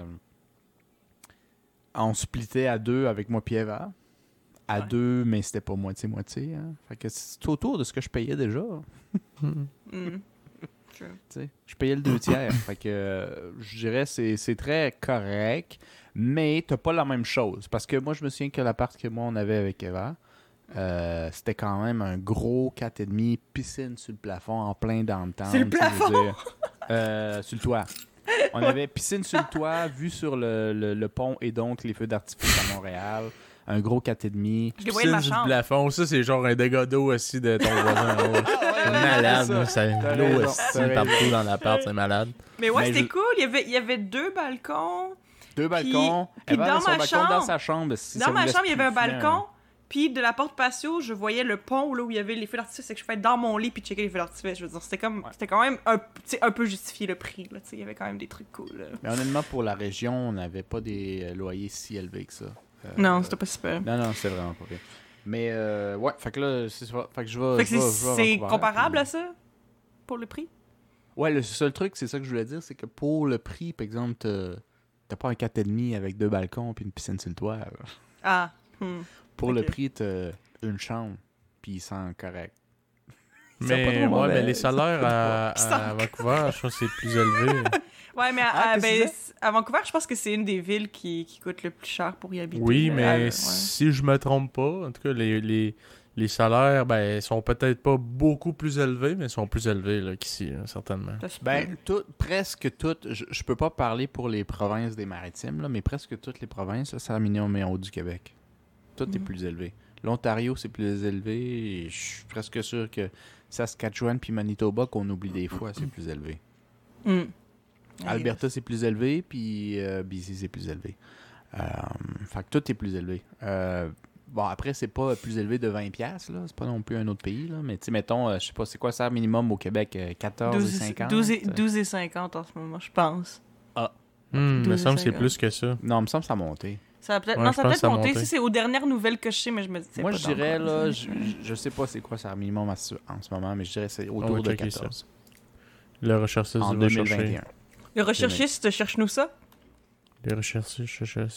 on splittait à 2 avec moi puis Eva. À Ouais. 2, mais c'était pas moitié-moitié. Hein. Fait que c'est autour de ce que je payais déjà. Mm. True. Tu sais, je payais le 2 tiers. Fait que je dirais c'est très correct, mais t'as pas la même chose. Parce que moi, je me souviens que l'appart que moi, on avait avec Eva, c'était quand même un gros 4,5, piscine sur le plafond, en plein downtown. Sur le tu sais, je veux plafond? dire. Sur le toit. On avait piscine sur le toit, vue sur le pont et donc les feux d'artifice à Montréal. Un gros 4,5. Je les voyais de ma Piscine sur le chambre. plafond, ça c'est genre un dégât d'eau aussi de ton voisin. en haut. C'est malade, c'est là, ça. ça T'as l'eau raison, est t'as raison. partout dans l'appart, c'est malade. Mais ouais, Mais c'était je- cool. Il y avait 2 balcons. 2 balcons. puis Eva dans avait son ma balcon chambre- dans sa chambre. Si ça Dans vous ma laisse chambre, il y avait un fumer balcon. Puis de la porte patio, je voyais le pont là, où il y avait les feux d'artifice. C'est que je pouvais être dans mon lit puis checker les feux d'artifice. Je veux dire, c'était quand même un peu justifié le prix. Là, tu sais, il y avait quand même des trucs cool. Là. Mais honnêtement, pour la région, on n'avait pas des loyers si élevés que ça. Non, c'était pas super. Non, c'est vraiment pas bien. Mais ouais, fait que là, c'est ça. Fait que je vais. Fait que je vais à c'est Vancouver, comparable puis- à ça pour le prix? Ouais, le seul truc, c'est ça que je voulais dire, c'est que pour le prix, par exemple, t'as pas un 4,5 avec 2 balcons puis une piscine sur le toit. Là. Ah. Pour Ok. le prix, t'as une chambre puis ils sont corrects. Ils sont pas Mais, trop ouais, mauvais. mais les salaires à Ils Vancouver, je trouve que c'est plus élevé. Ouais, mais Ah, qu'est-ce que tu disais? à Vancouver, je pense que c'est une des villes qui coûte le plus cher pour y habiter. Oui, là. mais Ouais. si je me trompe pas, en tout cas, les salaires, ben, sont peut-être pas beaucoup plus élevés, mais sont plus élevés là, qu'ici, là, certainement. Ça se peut. Ben, presque toutes, je peux pas parler pour les provinces des Maritimes, là, mais presque toutes les provinces, là, c'est la minimum et en haut du Québec. Tout est plus élevé. L'Ontario, c'est plus élevé, et je suis presque sûr que Saskatchewan puis Manitoba, qu'on oublie des fois, c'est plus élevé. Hmm. Alberta, c'est plus élevé, puis BC, c'est plus élevé. Fait que tout est plus élevé. Bon, après, c'est pas plus élevé de 20$, là. C'est pas non plus un autre pays, là. Mais tu sais, mettons, je sais pas, c'est quoi ça minimum au Québec? 14,50$? 12,50 en ce moment, je pense. Il me semble que c'est 12,50. plus que ça. Non, il me semble que ça a monté. Ça a peut-être Ouais, non, je ça a pense peut-être que ça a monté. monté. Si c'est aux dernières nouvelles que je sais, mais je me dis c'est Moi, pas je dirais, encore, là, ça. je sais pas c'est quoi ça minimum en ce moment, mais je dirais que c'est On autour va de checker 14. Le recherchiste En va chercher. 2021. Le recherchiste, cherche-nous ça. Le recherchiste.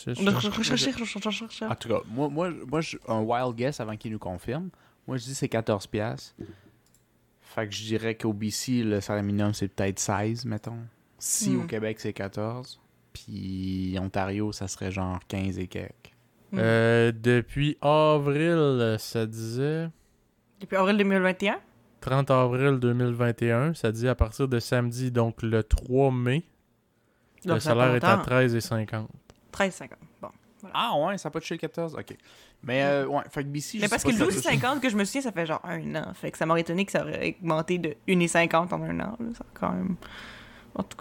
En tout cas, moi un wild guess avant qu'il nous confirme. Moi, je dis c'est 14$. Fait que je dirais qu'au BC, le salaire minimum, c'est peut-être 16, mettons. Si au Québec, c'est 14. Puis Ontario, ça serait genre 15 et quelques. Depuis avril, ça disait... Depuis avril 2021? 30 avril 2021, ça dit à partir de samedi, donc le 3 mai, le Donc, ça fait salaire est à longtemps. 13,50. 13,50. Bon. Ah ouais, ça n'a pas touché le 14? OK. Mais ouais, fait que BC, Mais je parce sais que pas le si ça touche. 12,50 que je me souviens, ça fait genre un an. Fait que ça m'aurait étonné que ça aurait augmenté de 1,50 en un an. Là. Ça quand même... En tout cas.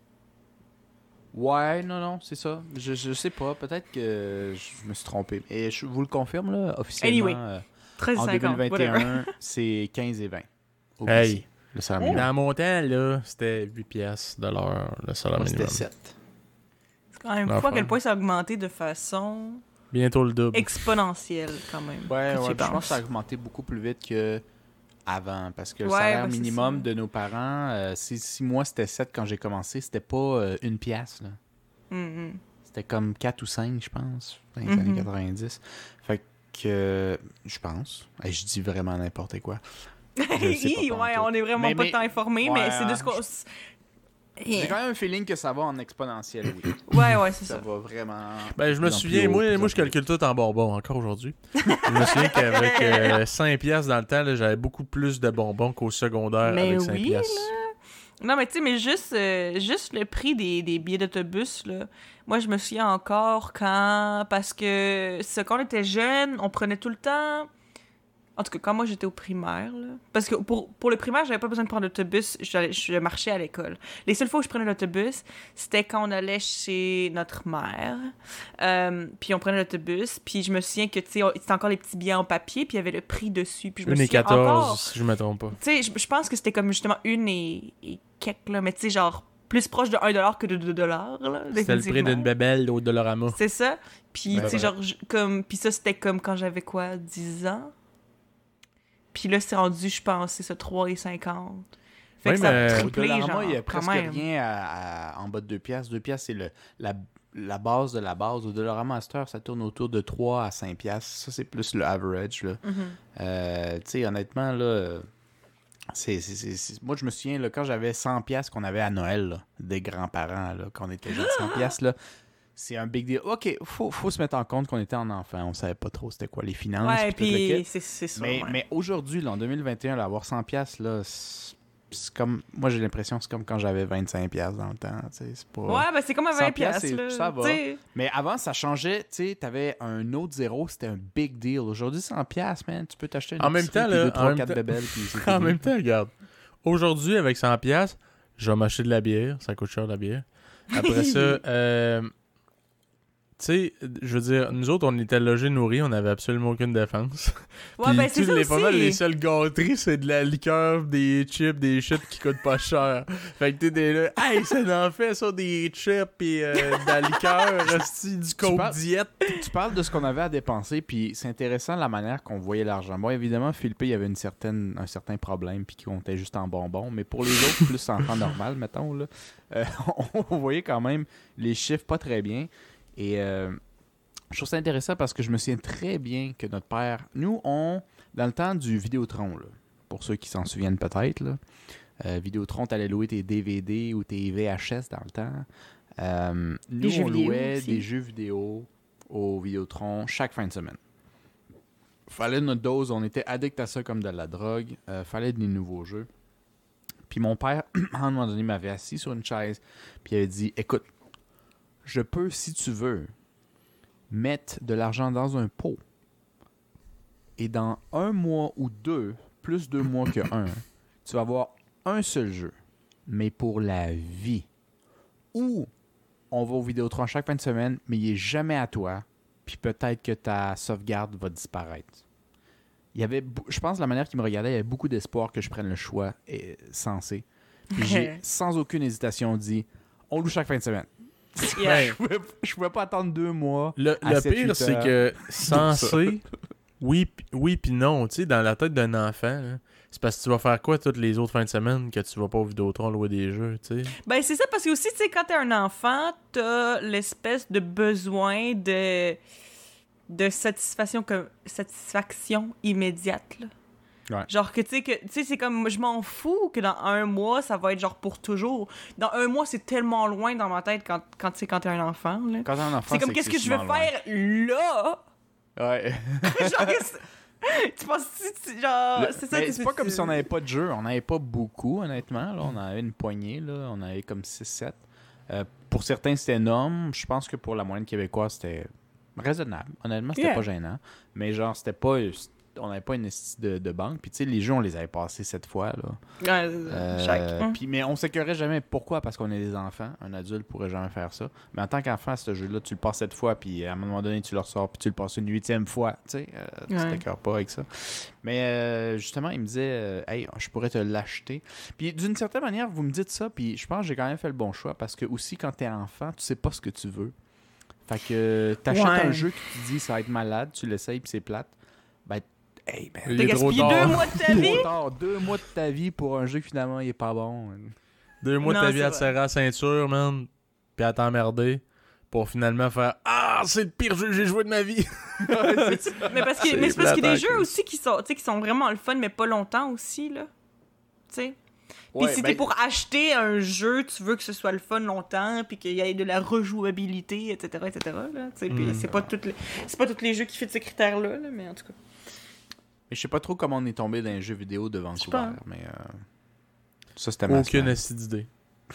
Ouais, non, c'est ça. Je sais pas. Peut-être que je me suis trompé. Et je vous le confirme, là, officiellement. Anyway, En 13,50. whatever. 2021, c'est 15 et 20. Au Hey. BC, le salaire minimum. Dans mon temps, là, c'était 8$ de l'heure, le salaire Moi, minimum. c'était 7. C'est quand même fou à quel point ça a augmenté de façon Bientôt le double. exponentielle, quand même. Ouais, quand tu y je pense penses. que ça a augmenté beaucoup plus vite que avant. Parce que le Ouais, salaire ben, c'est minimum ça. de nos parents, si moi c'était 7 quand j'ai commencé, c'était pas 1$. Là. Mhm. C'était comme 4 ou 5, je pense, dans les Mhm. années 90. Fait que, je pense. Et je dis vraiment n'importe quoi. Je sais pas Hi, pantoute. ouais, on est vraiment pas Mais- tant informés, ouais, mais c'est de ce qu'on... J'ai quand même un feeling que ça va en exponentiel, oui. Ouais, c'est Ça ça. va vraiment... Ben, je me plus en souviens, plus haut, moi, plus en je plus haut. calcule tout en bonbons, encore aujourd'hui. Je me souviens qu'avec 5$ dans le temps, là, j'avais beaucoup plus de bonbons qu'au secondaire Mais avec 5$. oui, là. Non, mais tu sais, mais juste le prix des billets d'autobus, là. Moi, je me souviens encore quand... Parce que quand on était jeune, on prenait tout le temps... En tout cas, quand moi, j'étais au primaire, là. Parce que pour le primaire, j'avais pas besoin de prendre l'autobus. Je marchais à l'école. Les seules fois où je prenais l'autobus, c'était quand on allait chez notre mère. Puis on prenait l'autobus. Puis je me souviens que, tu sais, c'était encore les petits billets en papier. Puis il y avait le prix dessus. Puis je me 1 et souviens 14, encore... si je me trompe pas. Tu sais, je pense que c'était comme justement une et quelques, là, mais tu sais, genre plus proche de 1$ que de 2$, là. C'était le prix définitivement. d'une bébelle au Dollarama. C'est ça. Puis, Ben, tu sais, ouais. genre, comme... Puis ça, c'était comme quand j'avais quoi, 10 ans? Puis là, c'est rendu, je pense, c'est ça, 3,50. Fait Oui, que ça a mais- Au triplé, Dollarama, genre, il y a quand presque même. rien en bas de 2$. 2$, c'est la base de la base. Au Dollarama Master, ça tourne autour de 3 à 5$. Ça, c'est plus le average. Là. Mhm. Tu sais, honnêtement, là, moi, je me souviens, là, quand j'avais 100$ qu'on avait à Noël, là, des grands-parents, là, quand on était jeunes, 100$, là, c'est un big deal. OK, faut se mettre en compte qu'on était en enfant. On savait pas trop c'était quoi les finances. Ouais, puis tout le puis kit. c'est ça, Mais, ouais. mais aujourd'hui, là, en 2021, là, avoir 100$, là, c'est comme... Moi, j'ai l'impression que c'est comme quand j'avais 25$ dans le temps. Tu sais, c'est pas... Ouais, ben c'est comme à 100$, 20$, là. ça va. Tu sais. Mais avant, ça changeait. Tu sais, t'avais un autre zéro, c'était un big deal. Aujourd'hui, 100$, man, tu peux t'acheter une En même épicerie, temps, puis là, 2, en 3, même 4 temps- bébelles, puis c'est En fini. même temps, regarde. Aujourd'hui, avec 100$, je vais m'acheter de la bière. Ça coûte cher, de la bière. Après ça, tu sais, je veux dire, nous autres, on était logés, nourris, on n'avait absolument aucune défense. Ouais, ben c'est ça les, pas mal, les aussi. seules gâteries, c'est de la liqueur, des chips, des shit qui coûtent pas cher. Fait que t'es là, hey, ça en fait ça, des chips et de la liqueur, hostie, du coke parles- diète. Tu parles de ce qu'on avait à dépenser, puis c'est intéressant la manière qu'on voyait l'argent. Bon, évidemment, Philippe, il y avait un certain problème, puis qui comptait juste en bonbons, mais pour les autres, plus en temps normal, mettons, là, on voyait quand même les chiffres pas très bien. Et je trouve ça intéressant parce que je me souviens très bien que notre père... Nous, dans le temps du Vidéotron, là, pour ceux qui s'en souviennent peut-être, là, Vidéotron, t'allais louer tes DVD ou tes VHS dans le temps. Nous, jeux on vidéo louait aussi. des jeux vidéo au Vidéotron chaque fin de semaine. Fallait notre dose, on était addict à ça comme de la drogue. Fallait des nouveaux jeux. Puis mon père, à un moment donné, m'avait assis sur une chaise, puis il avait dit, écoute, je peux, si tu veux, mettre de l'argent dans un pot. Et dans 1 mois ou 2, plus 2 mois que 1, tu vas avoir un seul jeu. Mais pour la vie. Ou on va au Vidéotron chaque fin de semaine, mais il est jamais à toi, puis peut-être que ta sauvegarde va disparaître. Il y avait, je pense, la manière qu'il me regardait, il y avait beaucoup d'espoir que je prenne le choix sensé. Puis j'ai, sans aucune hésitation, dit on loue chaque fin de semaine. Yeah. Je pouvais pas attendre 2 mois. Le pire, c'est que censé, oui puis non. Tu sais, dans la tête d'un enfant, là, c'est parce que tu vas faire quoi toutes les autres fins de semaine que tu vas pas au Vidéotron louer des jeux, tu sais? Ben, c'est ça, parce que aussi, tu sais, quand t'es un enfant, t'as l'espèce de besoin de satisfaction immédiate, là. Ouais. Genre que, tu sais, c'est comme, je m'en fous que dans 1 mois, ça va être genre pour toujours. Dans 1 mois, c'est tellement loin dans ma tête quand t'es un enfant, là. Quand t'es un enfant, C'est comme, qu'est-ce que je vais excessivement faire là? loin. Ouais. Genre, tu penses, genre, c'est ça Mais que c'est pas comme si on n'avait pas de jeu. On n'avait pas beaucoup, honnêtement. Là, on en avait une poignée. Là. On avait comme 6-7. Pour certains, c'était énorme. Je pense que pour la moyenne québécoise, c'était raisonnable. Honnêtement, c'était pas gênant. Mais genre, c'était pas... On n'avait pas une esti de banque. Puis tu sais, les jeux, on les avait passés 7 fois. Là. Ouais, chaque. Mais on s'écœurait jamais. Pourquoi? Parce qu'on est des enfants. Un adulte pourrait jamais faire ça. Mais en tant qu'enfant, ce jeu-là, tu le passes 7 fois, puis à un moment donné, tu le ressors, puis tu le passes une 8e fois. Tu sais, tu t'écœures pas avec ça. Mais justement, il me disait, hey, je pourrais te l'acheter. Puis d'une certaine manière, vous me dites ça, puis je pense que j'ai quand même fait le bon choix. Parce que aussi, quand t'es enfant, tu sais pas ce que tu veux. Fait que t'achètes un jeu qui te dit ça va être malade, tu l'essayes, puis c'est plate. Ben, hey, ben, t'as gaspillé 2 mois de ta vie? Trop tard, 2 mois de ta vie pour un jeu qui finalement il est pas bon. 2 mois de Non, ta vie c'est à te serrer la ceinture, man, puis à t'emmerder pour finalement faire « Ah, c'est le pire jeu que j'ai joué de ma vie! » Mais c'est parce qu'il y a des jeux aussi qui sont vraiment le fun, mais pas longtemps aussi, là. Tu sais? Puis si t'es pour acheter un jeu, tu veux que ce soit le fun longtemps, puis qu'il y ait de la rejouabilité, etc., là, puis c'est pas tous les jeux qui fit ces critères-là, là, mais en tout cas. Mais je sais pas trop comment on est tombé dans les jeux vidéo de Vancouver, mais ça c'était ma Aucune d'idée.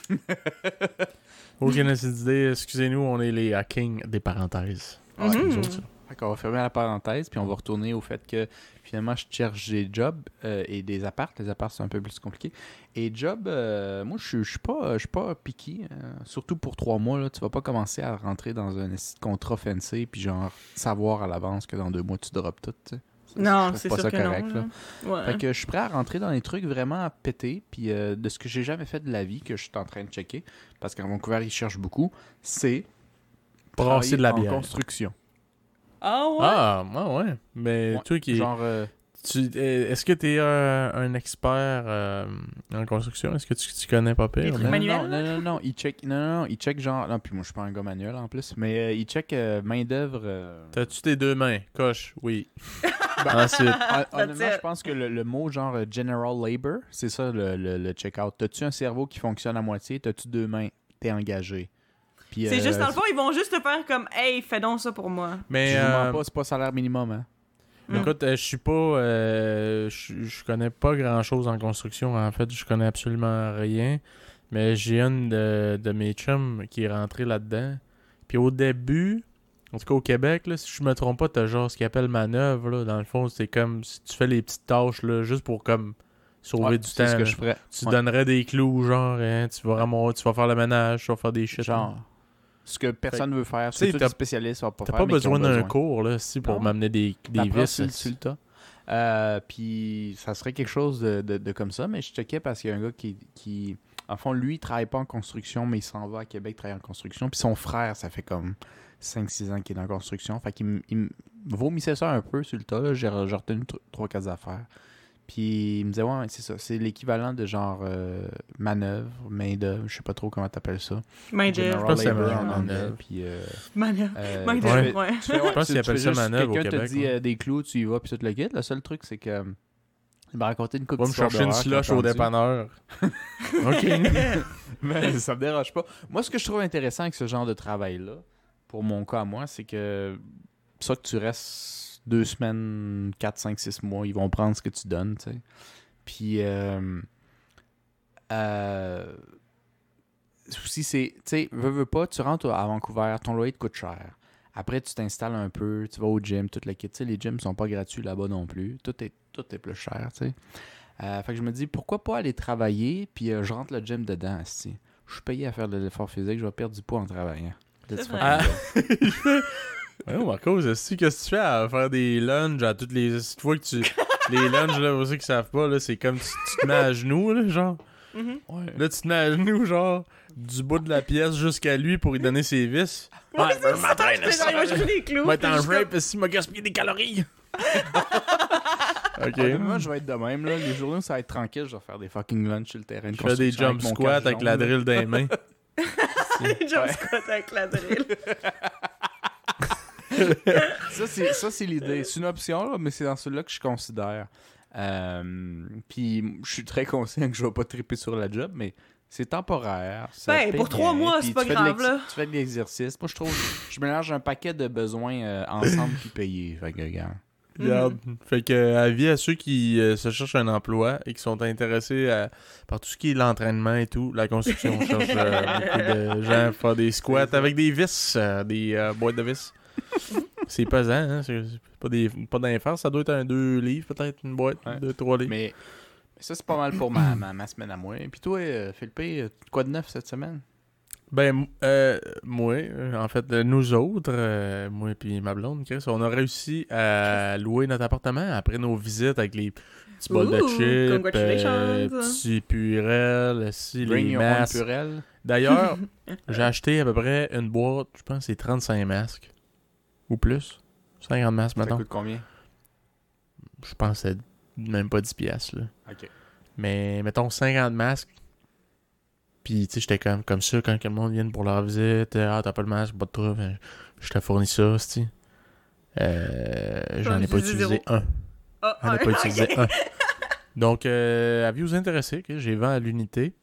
Aucune d'idée. Excusez-nous, on est les kings des parenthèses. Nous autres, ça. On va fermer la parenthèse, puis on va retourner au fait que finalement je cherche des jobs et des apparts. Les apparts, c'est un peu plus compliqué. Et job, moi je suis pas picky, surtout pour 3 mois. Là, tu vas pas commencer à rentrer dans un contrat fancy puis genre savoir à l'avance que dans 2 mois tu drops tout. T'sais. Non, c'est pas sûr ça que correct, non. Ouais. Fait que je suis prêt à rentrer dans des trucs vraiment à péter, puis de ce que j'ai jamais fait de la vie, que je suis en train de checker, parce qu'en Vancouver, ils cherchent beaucoup, c'est brasser de la bière. en construction. Ah ouais? Ah, ouais. Mais toi qui... Genre... est-ce que tu es un expert en construction? Est-ce que tu connais pas pire? Non, il check genre... Non, puis moi, je suis pas un gars manuel en plus, mais il check main-d'œuvre... T'as-tu tes 2 mains? Coche, oui. Ensuite. Honnêtement, je pense que le mot genre General Labor, c'est ça le check-out. T'as-tu un cerveau qui fonctionne à moitié? T'as-tu 2 mains? T'es engagé. Puis, c'est juste, dans le fond, ils vont juste te faire comme « Hey, fais donc ça pour moi. » Mais je vous mens pas, c'est pas salaire minimum, hein? Écoute, je suis pas... je connais pas grand-chose en construction. En fait, je connais absolument rien. Mais j'ai une de mes chums qui est rentrée là-dedans. Puis au début... En tout cas, au Québec, là, si je me trompe pas, t'as genre ce qu'ils appellent manœuvre. Là. Dans le fond, c'est comme si tu fais les petites tâches là, juste pour comme sauver du temps. C'est ce que je ferais. Tu donnerais des clous, genre, hein, tu vas faire le ménage, tu vas faire des shit. Genre, ce que personne veut faire, c'est tout les spécialistes va pas faire. T'as pas besoin d'un cours là, si, pour m'amener des vis. Sur le tas. Puis ça serait quelque chose de comme ça, mais je checkais parce qu'il y a un gars qui en fond, lui, il travaille pas en construction, mais il s'en va à Québec travailler en construction. Puis son frère, ça fait comme 5-6 ans qu'il est dans la construction. Fait qu'il me vomissait ça un peu sur le tas. Là. J'ai retenu 3-4 affaires. Puis il me disait, ouais, c'est ça. C'est l'équivalent de genre manœuvre, main-d'œuvre. Je sais pas trop comment t'appelles ça. Main-d'œuvre. Je pense que c'est manœuvre. Puis. Main-d'œuvre, ouais. Je pense qu'ils appellent ça manœuvre au Québec. Quelqu'un te dit des clous, tu y vas, puis tout le kit. Le seul truc, c'est que. Il m'a raconté une coupe de va me chercher une slush au dépanneur. OK. Mais ça me dérange pas. Moi, ce que je trouve intéressant avec ce genre de travail-là, pour mon cas à moi, c'est que ça que tu restes 2 semaines, 4, 5, 6 mois, ils vont prendre ce que tu donnes, tu sais. Puis, aussi, c'est, tu sais, veux pas, tu rentres à Vancouver, ton loyer te coûte cher. Après, tu t'installes un peu, tu vas au gym, toute la kit. Tu sais, les gyms sont pas gratuits là-bas non plus. Tout est plus cher, tu sais. Fait que je me dis, pourquoi pas aller travailler, puis je rentre le gym dedans, aussi. je suis payé à faire de l'effort physique, je vais perdre du poids en travaillant. C'est vrai. Ah. Ouais, Marco, qu'est-ce que tu fais à faire des lunges à toutes les. Tu vois que tu. Les lunges, là, pour ceux qui savent pas, là, c'est comme tu te mets à genoux, là, genre. Mhm. Ouais. Là, tu te mets à genoux, genre, du bout de la pièce jusqu'à lui pour lui donner ses vis. Ouais, c'est ça, j'étais genre, il va chercher des clous. Moi, puis t'es en je suis rape, si m'a gaspillé des calories. Ok. Moi, je vais être de même. Là. Les journées où ça va être tranquille, je vais faire des fucking lunch sur le terrain. de Je fais des construction jump mon squats cache avec la jaune, là. drill dans les mains. Les jump squats avec la drill. Ça, c'est l'idée. C'est une option, là, mais c'est dans celui-là que je considère. Puis, je suis très conscient que je vais pas triper sur la job, mais c'est temporaire. Ça Ben, paye pour 3 bien, mois, puis c'est pas tu fais de grave, là. Tu fais de l'exercice. Moi, je trouve je mélange un paquet de besoins ensemble puis payés. Fait que, regarde. Regarde. Fait que, avis à ceux qui se cherchent un emploi et qui sont intéressés par tout ce qui est l'entraînement et tout, la construction, on cherche beaucoup de gens à faire des squats avec des vis, des boîtes de vis. C'est pesant, hein? C'est pas d'infernal, ça doit être un 2 livres, peut-être, une boîte, Ouais. 2-3 livres. Mais ça, c'est pas mal pour ma semaine à moi. Puis toi, Philippe, quoi de neuf cette semaine? Ben, moi, en fait, nous autres, moi et ma blonde, Chris, on a réussi à louer notre appartement après nos visites avec les petits bols de Ouh, chips, congratulations. petits purelles, les Bring your own masques. purelle. D'ailleurs, j'ai acheté à peu près une boîte, je pense que c'est 35 masques. Ou plus. 50 masques, Ça mettons. coûte combien? Je pense que c'est même pas 10 piastres, là. OK. Mais mettons 50 masques. Puis tu sais, j'étais comme ça quand le monde vient pour leur visite. Ah, t'as pas le masque, pas de trouble. Je te fournis ça, c'ti. J'en ai pas utilisé zéro. un. Ah, J'en ai pas ok. utilisé un. Donc, avis-vous intéressés, que j'ai vend à l'unité.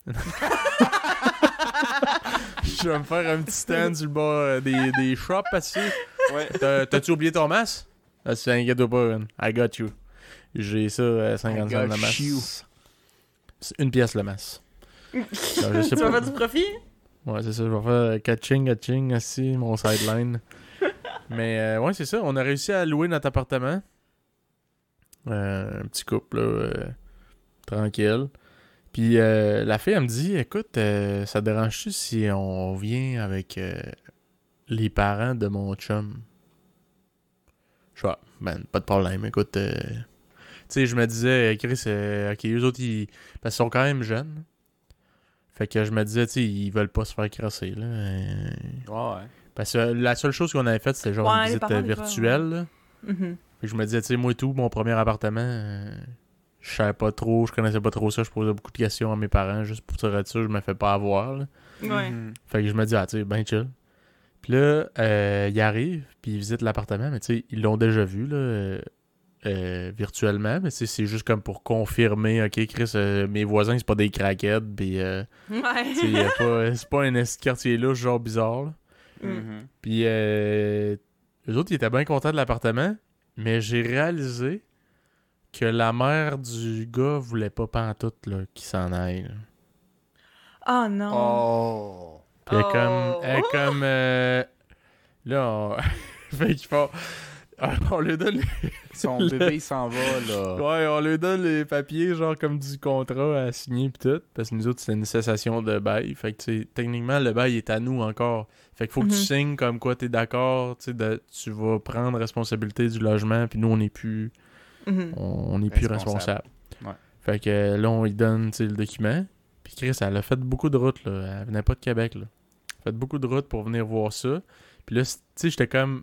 Je vais me faire un petit stand sur le bord des shops passés. Ouais. T'as-tu oublié ton masque? Ah, tu t'inquiète pas, man. I got you. J'ai ça, 50 cents I le got masque. you. C'est une pièce le masque. Donc, je sais Tu vas pas. faire du profit? Ouais, c'est ça. Je vais faire catching, assis, mon sideline. Mais ouais, c'est ça. On a réussi à louer notre appartement. Un petit couple, là, tranquille. Puis la fille, elle me dit, écoute, ça te dérange-tu si on vient avec les parents de mon chum? Je vois, ben, pas de problème. Écoute, tu sais, je me disais, Chris, ok, eux autres, parce qu'ils sont quand même jeunes. Fait que je me disais, tu sais, ils veulent pas se faire crasser, là. Ouais. Parce que la seule chose qu'on avait faite, c'était genre Ouais, une les visite parents, des fois, virtuelle, là. Mhm. Fait que je me disais, tu sais, moi et tout, mon premier appartement, je savais pas trop, je connaissais pas trop ça, je posais beaucoup de questions à mes parents, juste pour être sûr, je me fais pas avoir, là. Ouais. Mhm. Fait que je me dis, ah, tu sais, ben chill. Puis là, ils arrivent, puis ils visitent l'appartement, mais tu sais, ils l'ont déjà vu, là, virtuellement, mais tu sais, c'est juste comme pour confirmer, ok, Chris, mes voisins, c'est pas des craquettes, puis, tu sais, c'est pas un esti de quartier là, genre bizarre, là. Mhm. Puis, eux autres, ils étaient bien contents de l'appartement, mais j'ai réalisé que la mère du gars voulait pas pantoute, là, qu'il s'en aille, là. Oh non. Oh. Puis elle est comme là, fait qu'il faut... on lui donne Son bébé, il s'en va, là. ouais, on lui donne les papiers, genre comme du contrat à signer pis tout, parce que nous autres, c'était une cessation de bail, fait que, tu sais, techniquement, le bail est à nous encore. Fait qu'il faut que tu signes comme quoi t'es d'accord, tu sais, tu vas prendre responsabilité du logement, puis nous, on n'est plus... Mhm. On n'est plus Responsable. responsable. Ouais. Fait que là, on lui donne, tu sais, le document. Puis Chris, elle a fait beaucoup de routes, là. Elle venait pas de Québec, là. Elle a fait beaucoup de routes pour venir voir ça. Puis là, tu sais, j'étais comme...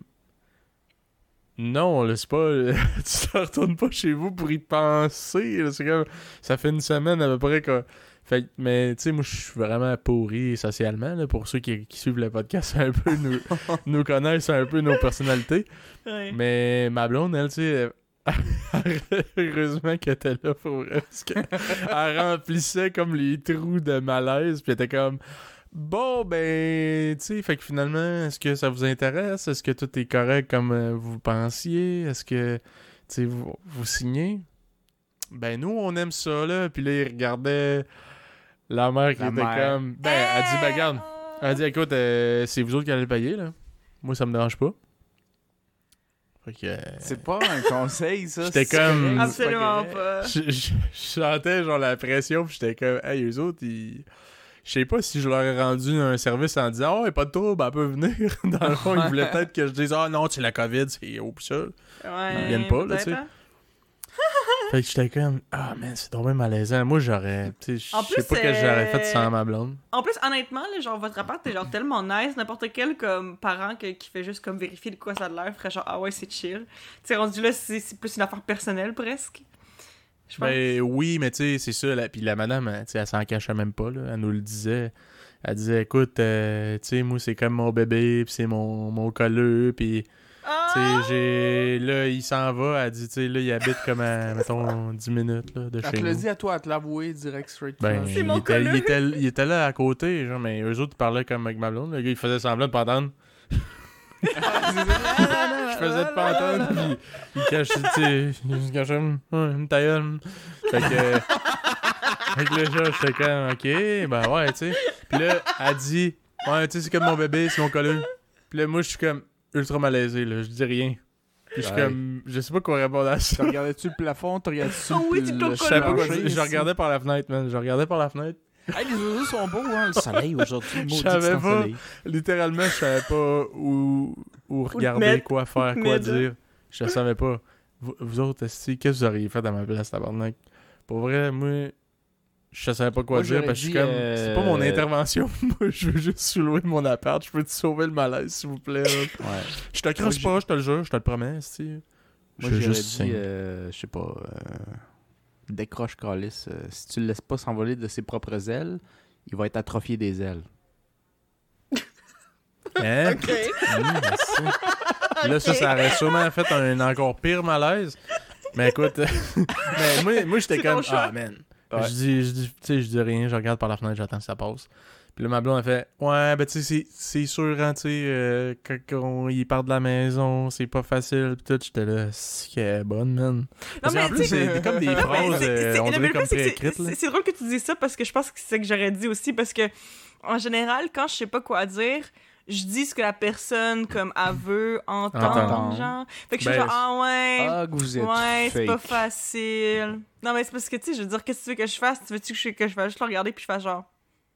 Non, là, c'est pas... tu te retournes pas chez vous pour y penser, là. C'est comme... Ça fait une semaine à peu près que... Fait que, mais, tu sais, moi, je suis vraiment pourri socialement, là. Pour ceux qui suivent le podcast, un peu nous connaissent un peu nos personnalités. Ouais. Mais ma blonde, elle, tu sais... Heureusement qu'elle était là pour elle, parce qu'elle remplissait comme les trous de malaise, puis elle était comme bon, ben, tu sais, fait que finalement, est-ce que ça vous intéresse? Est-ce que tout est correct comme vous pensiez? Est-ce que, tu sais, vous signez? Ben, nous, on aime ça, là. Puis là, il regardait la mère qui La était mère. comme, ben, elle dit, ben, regarde, elle dit, écoute, c'est vous autres qui allez le payer, là. Moi, ça me dérange pas. Fait que... C'est pas un conseil, ça. J'étais c'est comme- correct, c'est Absolument correct. pas. Je sentais genre la pression, puis j'étais comme, hey, eux autres, ils Je sais pas si je leur ai rendu un service en disant « Oh, y'a pas de trouble, elle peut venir. » Dans le fond, ils voulaient peut-être que je dise « Ah non, c'est la COVID, c'est au pis ça. » Ouais, Ils viennent pas, là, tu sais. peut-être, hein. Fait que j'étais comme « Ah, man, c'est vraiment malaisant. » Moi, j'aurais... Tu sais, En je sais plus, pas que j'aurais fait sans ma blonde. En plus, honnêtement, là, genre, votre appart est genre tellement nice. N'importe quel comme parent qui fait juste comme vérifier de quoi ça a l'air ferait genre, ah ouais, c'est chill. Tu sais, rendu là, c'est plus une affaire personnelle presque. Je pense. Ben oui, mais tu sais, c'est ça. Puis la madame, tu sais, elle s'en cachait même pas, là. Elle nous le disait. Elle disait, écoute, tu sais, moi, c'est comme mon bébé, puis c'est mon colleux, puis... Tu sais, là, il s'en va. Elle dit, tu sais, là, il habite comme à, mettons, 10 minutes là, de Elle chez te l'a nous. dit à toi, à te l'avouer direct straight. Ben, C'est mon colleux. il était là à côté, genre, mais eux autres, ils parlaient comme avec ma blonde. Le gars, il faisait semblant de pas entendre. Je faisais de pas entendre, puis il cachait, tu sais, il cachait une ta gueule. Fait que là, genre, j'étais comme, ok, ben ouais, tu sais. Puis là, elle dit, ouais, tu sais, c'est comme mon bébé, c'est mon colleux. Puis là, moi, je suis comme ultra malaisé, là, je dis rien. Puis je suis comme, je sais pas quoi répondre à ça. Tu regardais-tu le plafond? Tu regardais-tu Oh oui, tu le t'en Je savais pas quoi plancher, dire. Je ici? regardais par la fenêtre, man. Je regardais par la fenêtre. Hey, les oiseaux sont beaux, hein? Le soleil aujourd'hui, maudit savais c'est pas. ensoleillé. Littéralement, je savais pas où regarder, mettre, quoi faire, où te quoi mettre. dire. Je savais pas. Vous autres, qu'est-ce que vous auriez fait à ma place, tabarnak? Pour vrai, moi, je savais pas quoi Moi, dire j'aurais parce que je suis dit, comme, c'est pas mon intervention. Moi, je veux juste sous-louer mon appart. Je peux te sauver le malaise, s'il vous plaît. Là. Ouais. Je te croche pas, je te le jure, je te le promets. Si. Moi, j'aurais dit, je sais pas, décroche calice. Si tu le laisses pas s'envoler de ses propres ailes, il va être atrophié des ailes. Hein? Ok. Merci. Là, ça aurait sûrement fait un encore pire malaise. Mais écoute, mais moi j'étais C'est comme, ton choix. ah man. Ouais. Je dis, tu sais, je dis rien, je regarde par la fenêtre, j'attends que ça passe. Puis là, ma blonde a fait, ouais, ben tu sais, c'est sûr, hein, tu sais, quand il part de la maison, c'est pas facile. Puis tout, j'étais là, c'est qu'elle est bonne, man. Parce mais qu'en plus, tu sais- c'est comme des Non, mais phrases, c'est- on non, mais dirait le comme fait, c'est que préécrites, là. c'est drôle que tu dises ça parce que je pense que c'est ça que j'aurais dit aussi parce que en général, quand je sais pas quoi dire, je dis ce que la personne comme elle veut entendre, Entendre. genre. Fait que je suis Ben, genre ah ouais. Ah, que vous êtes Ouais, c'est pas fake. facile. Non, mais c'est parce que, tu sais, je veux dire, qu'est-ce que tu veux que je fasse? Tu veux-tu que je fasse juste le regarder puis je fasse genre.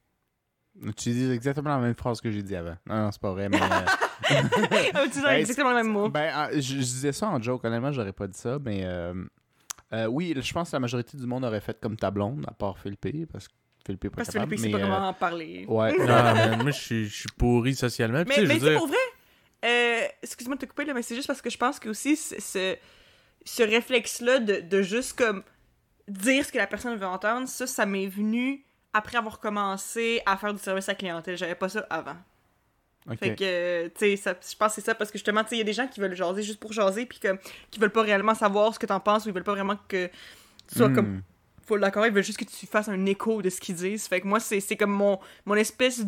Tu dis exactement la même phrase que j'ai dit avant. Non, c'est pas vrai, mais... Ah, tu dis Ben, exactement le même mot. Ben, je disais ça en joke, honnêtement, j'aurais pas dit ça, mais oui, je pense que la majorité du monde aurait fait comme ta blonde, à part Philippe, parce que Philippe est pas Parce que capable. Philippe sait pas comment en parler. Ouais. Non, man, moi, je suis pourri socialement. Puis, Mais tu sais, tu je sais, veux dire, pour vrai, excuse-moi de te couper, là, mais c'est juste parce que je pense que aussi ce réflexe-là de juste comme dire ce que la personne veut entendre, ça m'est venu après avoir commencé à faire du service à la clientèle. J'avais pas ça avant. Ok. Fait que, tu sais, je pense que c'est ça, parce que justement, tu sais, il y a des gens qui veulent jaser juste pour jaser, puis qui veulent pas réellement savoir ce que t'en penses, ou ils veulent pas vraiment que tu sois comme full d'accord, ils veulent juste que tu fasses un écho de ce qu'ils disent. Fait que moi, c'est comme mon espèce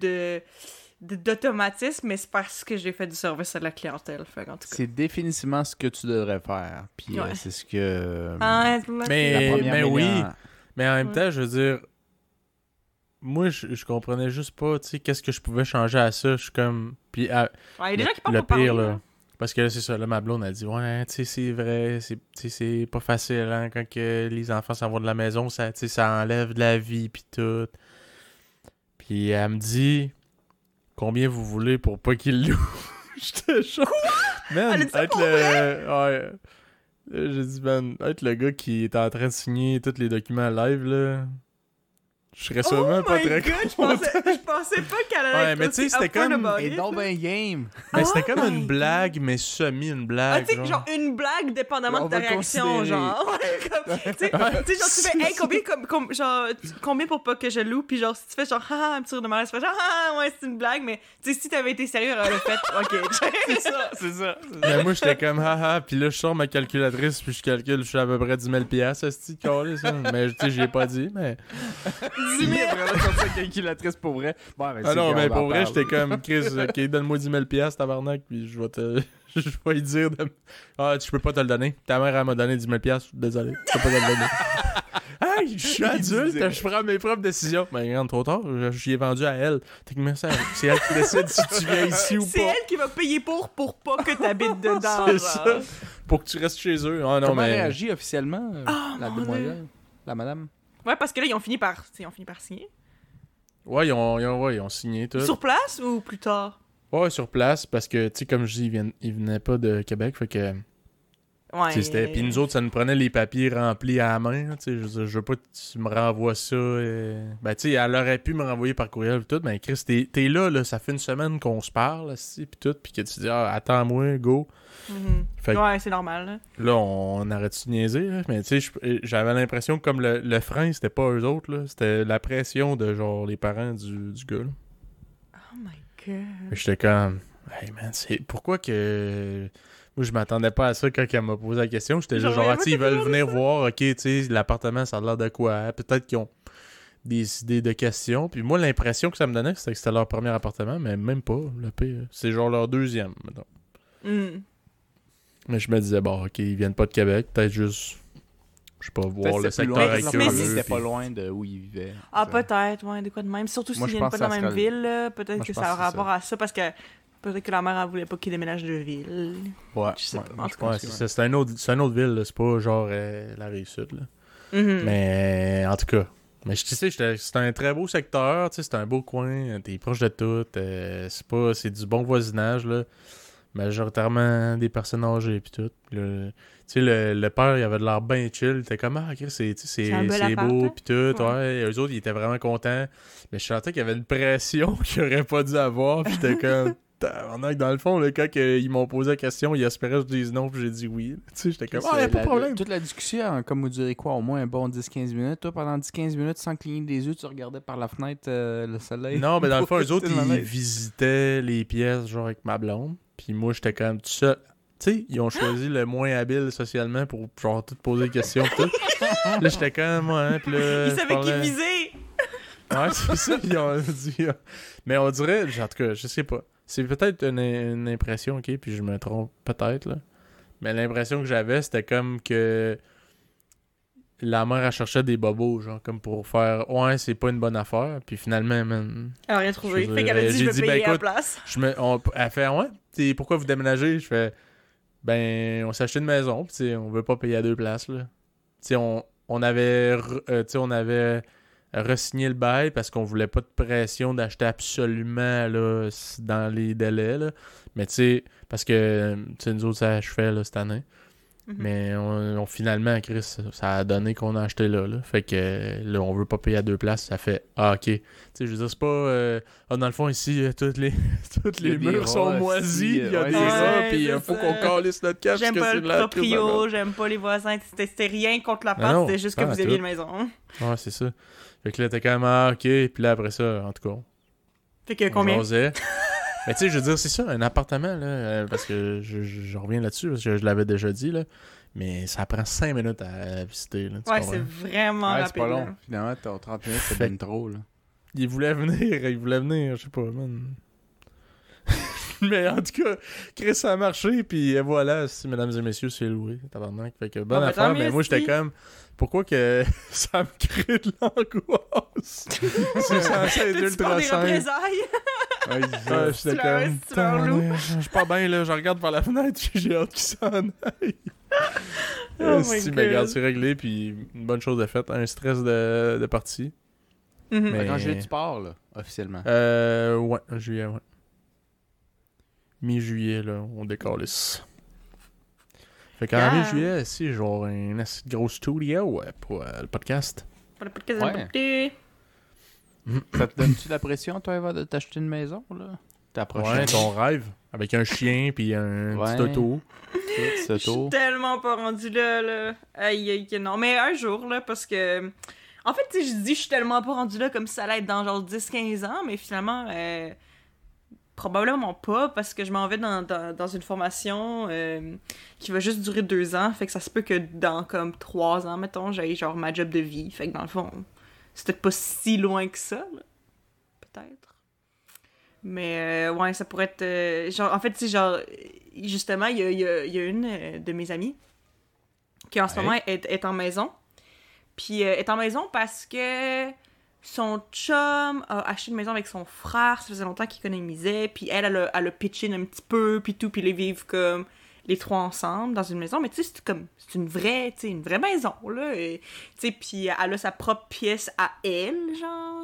d'automatisme, mais c'est parce que j'ai fait du service à la clientèle. Fait qu'en tout cas. C'est définitivement ce que tu devrais faire. Puis Ouais. c'est ce que... Ah, Mais- la première mais oui. meilleure- Mais en même Ouais. temps, je veux dire, moi, je comprenais juste pas, tu sais, qu'est-ce que je pouvais changer à ça. Je suis comme. Puis, ouais, il y a des gens qui parlent le pour parler, pire, là. là. Parce que là, c'est ça, là, ma blonde a dit, ouais, tu sais, c'est vrai, tu sais, c'est pas facile, hein, quand que les enfants s'en vont de la maison, ça, tu sais, ça enlève de la vie, pis tout. Puis elle me dit, combien vous voulez pour pas qu'il louent? J'étais chaud. Man, Elle a dit ça être pour le... Ouais. Là, j'ai dit, man, être le gars qui est en train de signer tous les documents live, là... Je serais sûrement Oh pas my très God, content. je pensais pas qu'elle allait Ouais, être mais tu sais, aussi c'était upfront comme- about Et it, donc, là. ben game! Mais c'était Oh comme my une blague, mais semi une Ah, blague. tu sais, genre une blague dépendamment On de ta va réaction, considérer. genre. Ouais, comme, tu sais, genre, tu fais, hey, combien pour pas que je loue? Puis genre, si tu fais genre, ah, un petit rire de malaise, tu fais genre, ah, ouais, c'est une blague, mais tu sais, si t'avais été sérieux, elle aurait fait, ok. C'est ça, c'est ça. Mais moi, j'étais comme, haha, puis là, je sors ma calculatrice, puis je calcule, je suis à peu près 10 000 $, c'est calé, ça. Mais, tu sais, j'y ai pas dit, mais... 10 000! Vraiment comme ça, calculatrice pour vrai. Bon, ben, Ah c'est non, bien, mais on en pour vrai, parle. j'étais comme, Chris, ok, donne-moi 10 000 $, tabarnak, puis je vais te... je vais lui dire de... Ah, je peux pas te le donner. Ta mère, elle m'a donné 10 000 $, désolé, je peux pas te le donner. Hey, je suis adulte, je prends mes propres décisions. Mais regarde, trop tard, j'y ai vendu à elle. Techniquement, c'est elle qui décide si tu viens ici ou C'est pas. elle qui va payer pour pas que t'habites dedans. C'est genre. ça. Pour que tu restes chez eux. Ah non, Comment elle mais... réagit officiellement, la mon demoiselle, la madame? Ouais, parce que là, ils ont fini par signer. Ouais, ils ont signé tout. Sur place ou plus tard? Ouais, sur place, parce que, tu sais, comme je dis, ils venaient pas de Québec, fait que... Ouais. Puis nous autres, ça nous prenait les papiers remplis à la main. Tu sais, je veux pas que tu me renvoies ça. Ben, tu sais, elle aurait pu me renvoyer par courriel et tout. Mais Chris, t'es là, ça fait une semaine qu'on se parle, puis tout. Puis que tu dis, attends-moi, go. Fait que Ouais, c'est normal. là, on arrête de niaiser. Là. Mais tu sais, j'avais l'impression que comme le frein, c'était pas eux autres. Là. C'était la pression de genre les parents du gars. Là. Oh my god. J'étais comme, hey man, c'est pourquoi que. Moi, je m'attendais pas à ça quand elle m'a posé la question. J'étais juste genre, ils veulent venir voir, ok, tu sais, l'appartement, ça a l'air de quoi? Peut-être qu'ils ont des idées de questions. Puis moi, l'impression que ça me donnait, c'était que c'était leur premier appartement, mais même pas, le pire. C'est genre leur deuxième, mettons. Mais je me disais, bon, ok, ils viennent pas de Québec, peut-être juste, je sais pas, voir le secteur avec eux. Mais c'était pas loin de où ils vivaient. Ah, peut-être, ouais, de quoi de même. Surtout s'ils viennent pas dans la même ville, là, peut-être que ça a rapport à ça, parce que peut-être que la mère, elle voulait pas qu'ils déménagent de ville. Ouais, je sais pas. Ouais, c'est ça. C'est une autre ville, là. C'est pas genre la Rive-Sud, là. Mais en tout cas, mais tu sais, c'est un très beau secteur, tu sais, c'est un beau coin, t'es proche de tout, c'est du bon voisinage, là. Majoritairement des personnes âgées pis tout. Tu sais, le père, il avait de l'air bien chill. Il était comme, c'est beau pis tout. Ouais. Eux autres, ils étaient vraiment contents. Mais je sentais qu'il y avait une pression qu'il aurait pas dû avoir. Pis j'étais comme, dans le fond, là, quand ils m'ont posé la question, ils espéraient que je dise non, puis j'ai dit oui. Tu sais, j'étais comme, y a pas de problème. Toute la discussion, comme vous direz quoi, au moins un bon 10-15 minutes. Toi, pendant 10-15 minutes, sans cligner des yeux, tu regardais par la fenêtre le soleil. Non, mais dans le fond, eux autres, ils visitaient les pièces, genre avec ma blonde. Puis moi, j'étais quand même tout seul. Tu sais, ils ont choisi le moins habile socialement pour genre tout poser des questions. Tout. Là, j'étais quand même, ouais. Puis là, ils savaient qui viser. Ouais, c'est ça, ils ont dit. Mais on dirait, en tout cas, je sais pas. C'est peut-être une impression, ok, puis je me trompe peut-être, là. Mais l'impression que j'avais, c'était comme que la mère, elle cherchait des bobos, genre, comme pour faire, ouais, c'est pas une bonne affaire. Puis finalement, man. Elle a rien trouvé. Fait qu'elle a dit, je vais payer à la place. Elle fait, ouais, pourquoi vous déménagez? Je fais, ben, on s'est acheté une maison, pis on veut pas payer à 2 places, là. Tu sais, on avait re-signé le bail parce qu'on voulait pas de pression d'acheter absolument, là, dans les délais, là. Mais tu sais, parce que, tu sais, nous autres, ça achevait, là, cette année. Mais finalement, Chris, ça a donné qu'on a acheté là. Fait que là, on veut pas payer à 2 places. Ça fait, ok. Tu sais, je veux dire, c'est pas... dans le fond, ici, toutes les murs sont moisis. Il y a des rats, puis il faut qu'on calisse notre cash. J'aime pas le proprio, j'aime pas les voisins. C'était rien contre la part, c'était juste que vous aviez une maison. Ouais, c'est ça. Fait que là, t'es quand même, ok. Puis là, après ça, en tout cas... Fait que combien? Mais tu sais, je veux dire, c'est ça, un appartement, là, parce que je reviens là-dessus, parce que je l'avais déjà dit, là, mais ça prend 5 minutes à visiter, là, ouais, c'est vraiment rapide. C'est pas long. Finalement, t'as 30 minutes, c'est bien trop, là. Il voulait venir, je sais pas, man. Mais en tout cas, Chris, ça a marché, puis voilà, si mesdames et messieurs, c'est loué, tabarnak. Fait que bonne affaire, mais moi, j'étais comme... Pourquoi que ça me crée de l'angoisse? C'est censé être ultra simple. Ouais, j'étais comme... Je suis pas bien, là, je regarde par la fenêtre, j'ai hâte qu'il s'en aille. Mais regarde, c'est réglé, puis une bonne chose de faite, un stress de partie. Mais quand tu pars, là, officiellement? Ouais, en juillet, ouais. Mi-juillet, là, on décalisse. Fait qu'en mi-juillet, si, genre, un assez gros studio pour le podcast. Pour le podcast, Ça te donne-tu la pression, toi, Eva, de t'acheter une maison, là? Ouais, ton rêve. Avec un chien, puis un petit auto. Je suis tellement pas rendu là. Aïe, non. Mais un jour, là, parce que... En fait, tu sais, je dis je suis tellement pas rendu là comme si ça allait être dans genre 10-15 ans, mais finalement... Probablement pas, parce que je m'en vais dans une formation qui va juste durer 2 ans, fait que ça se peut que dans comme 3 ans, mettons, j'aille genre ma job de vie, fait que dans le fond, c'est peut-être pas si loin que ça, là. Peut-être. Mais ouais, ça pourrait être... genre, en fait, tu sais, genre, justement, il y a une de mes amies qui en ce moment est en maison, puis est en maison parce que... Son chum a acheté une maison avec son frère, ça faisait longtemps qu'il économisait, puis elle a pitché un petit peu, puis tout, puis ils vivent comme les 3 ensemble dans une maison, mais tu sais, c'est une vraie maison, là, tu sais, puis elle a sa propre pièce à elle, genre,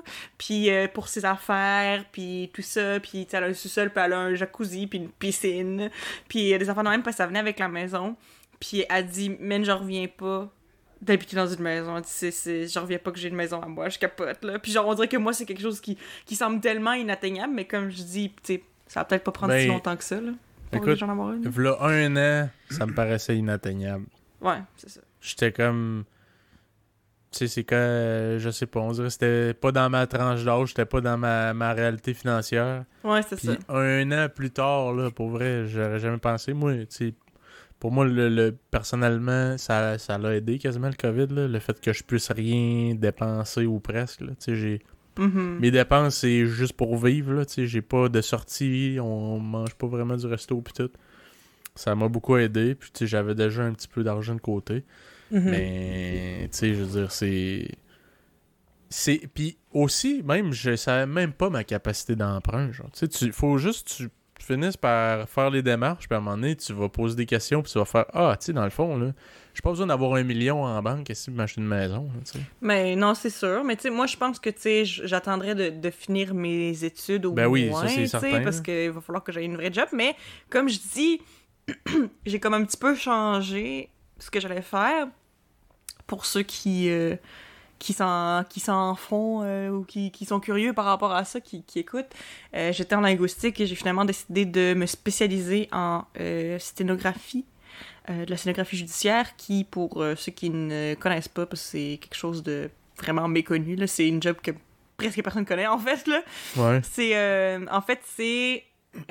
puis pour ses affaires, puis tout ça, puis elle a un sous-sol, puis elle a un jacuzzi, puis une piscine, puis des affaires de même, parce que ça venait avec la maison. Puis elle dit, man, je reviens pas d'habiter dans une maison. Elle dit, je reviens pas que j'ai une maison à moi, je capote, là. Puis genre, on dirait que moi, c'est quelque chose qui semble tellement inatteignable, mais comme je dis, tu sais, ça va peut-être pas prendre si longtemps que ça, là. Écoute, v'là 1 an, ça me paraissait inatteignable. Ouais, c'est ça. J'étais comme... Tu sais, c'est que... je sais pas, on dirait que c'était pas dans ma tranche d'âge, j'étais pas dans ma réalité financière. Ouais, c'est Puis ça. 1 an plus tard, là, pour vrai, j'aurais jamais pensé, moi, tu sais... Pour moi, personnellement, ça l'a aidé quasiment le COVID, là, le fait que je puisse rien dépenser ou presque. Là. Mes dépenses, c'est juste pour vivre. Là, j'ai pas de sortie, on mange pas vraiment du resto pis tout. Ça m'a beaucoup aidé. Puis j'avais déjà un petit peu d'argent de côté. Mais je veux dire, c'est... Puis aussi, même, je savais même pas ma capacité d'emprunt. Faut juste tu finisses par faire les démarches, puis à un moment donné, tu vas poser des questions, puis tu vas faire « Ah, tu sais, dans le fond, là, j'ai pas besoin d'avoir 1 million en banque ici pour m'acheter une maison. » Mais non, c'est sûr. Mais tu sais, moi, je pense que, tu sais, j'attendrais de finir mes études au oui, moins, ça, c'est certain, parce qu'il va falloir que j'aie une vraie job. Mais comme je dis, j'ai comme un petit peu changé ce que j'allais faire pour ceux qui s'en font ou qui sont curieux par rapport à ça, qui écoutent. J'étais en linguistique et j'ai finalement décidé de me spécialiser en sténographie, de la sténographie judiciaire, qui, pour ceux qui ne connaissent pas, parce que c'est quelque chose de vraiment méconnu, là, c'est une job que presque personne connaît, en fait, là. Ouais. C'est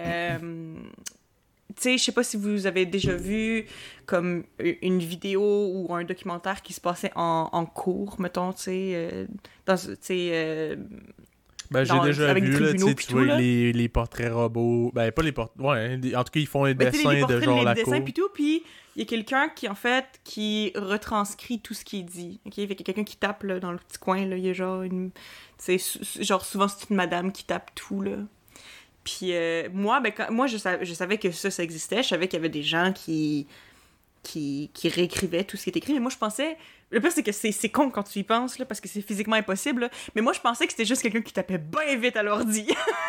tu sais, je sais pas si vous avez déjà vu comme une vidéo ou un documentaire qui se passait en cours, mettons, tu sais, j'ai déjà vu, là, tu vois, les portraits robots, ben pas les portraits, ouais, en tout cas, ils font les dessins de genre la cour. Les dessins pis tout, puis il y a quelqu'un qui retranscrit tout ce qui est dit, ok? Fait qu'il y a quelqu'un qui tape, là, dans le petit coin, là, il y a genre une... Tu sais, genre, souvent, c'est une madame qui tape tout, là. Puis moi, je savais que ça existait. Je savais qu'il y avait des gens qui réécrivaient tout ce qui est écrit. Mais moi, je pensais... Le pire, c'est que c'est con quand tu y penses, là, parce que c'est physiquement impossible. Là. Mais moi, je pensais que c'était juste quelqu'un qui tapait bien vite à l'ordi.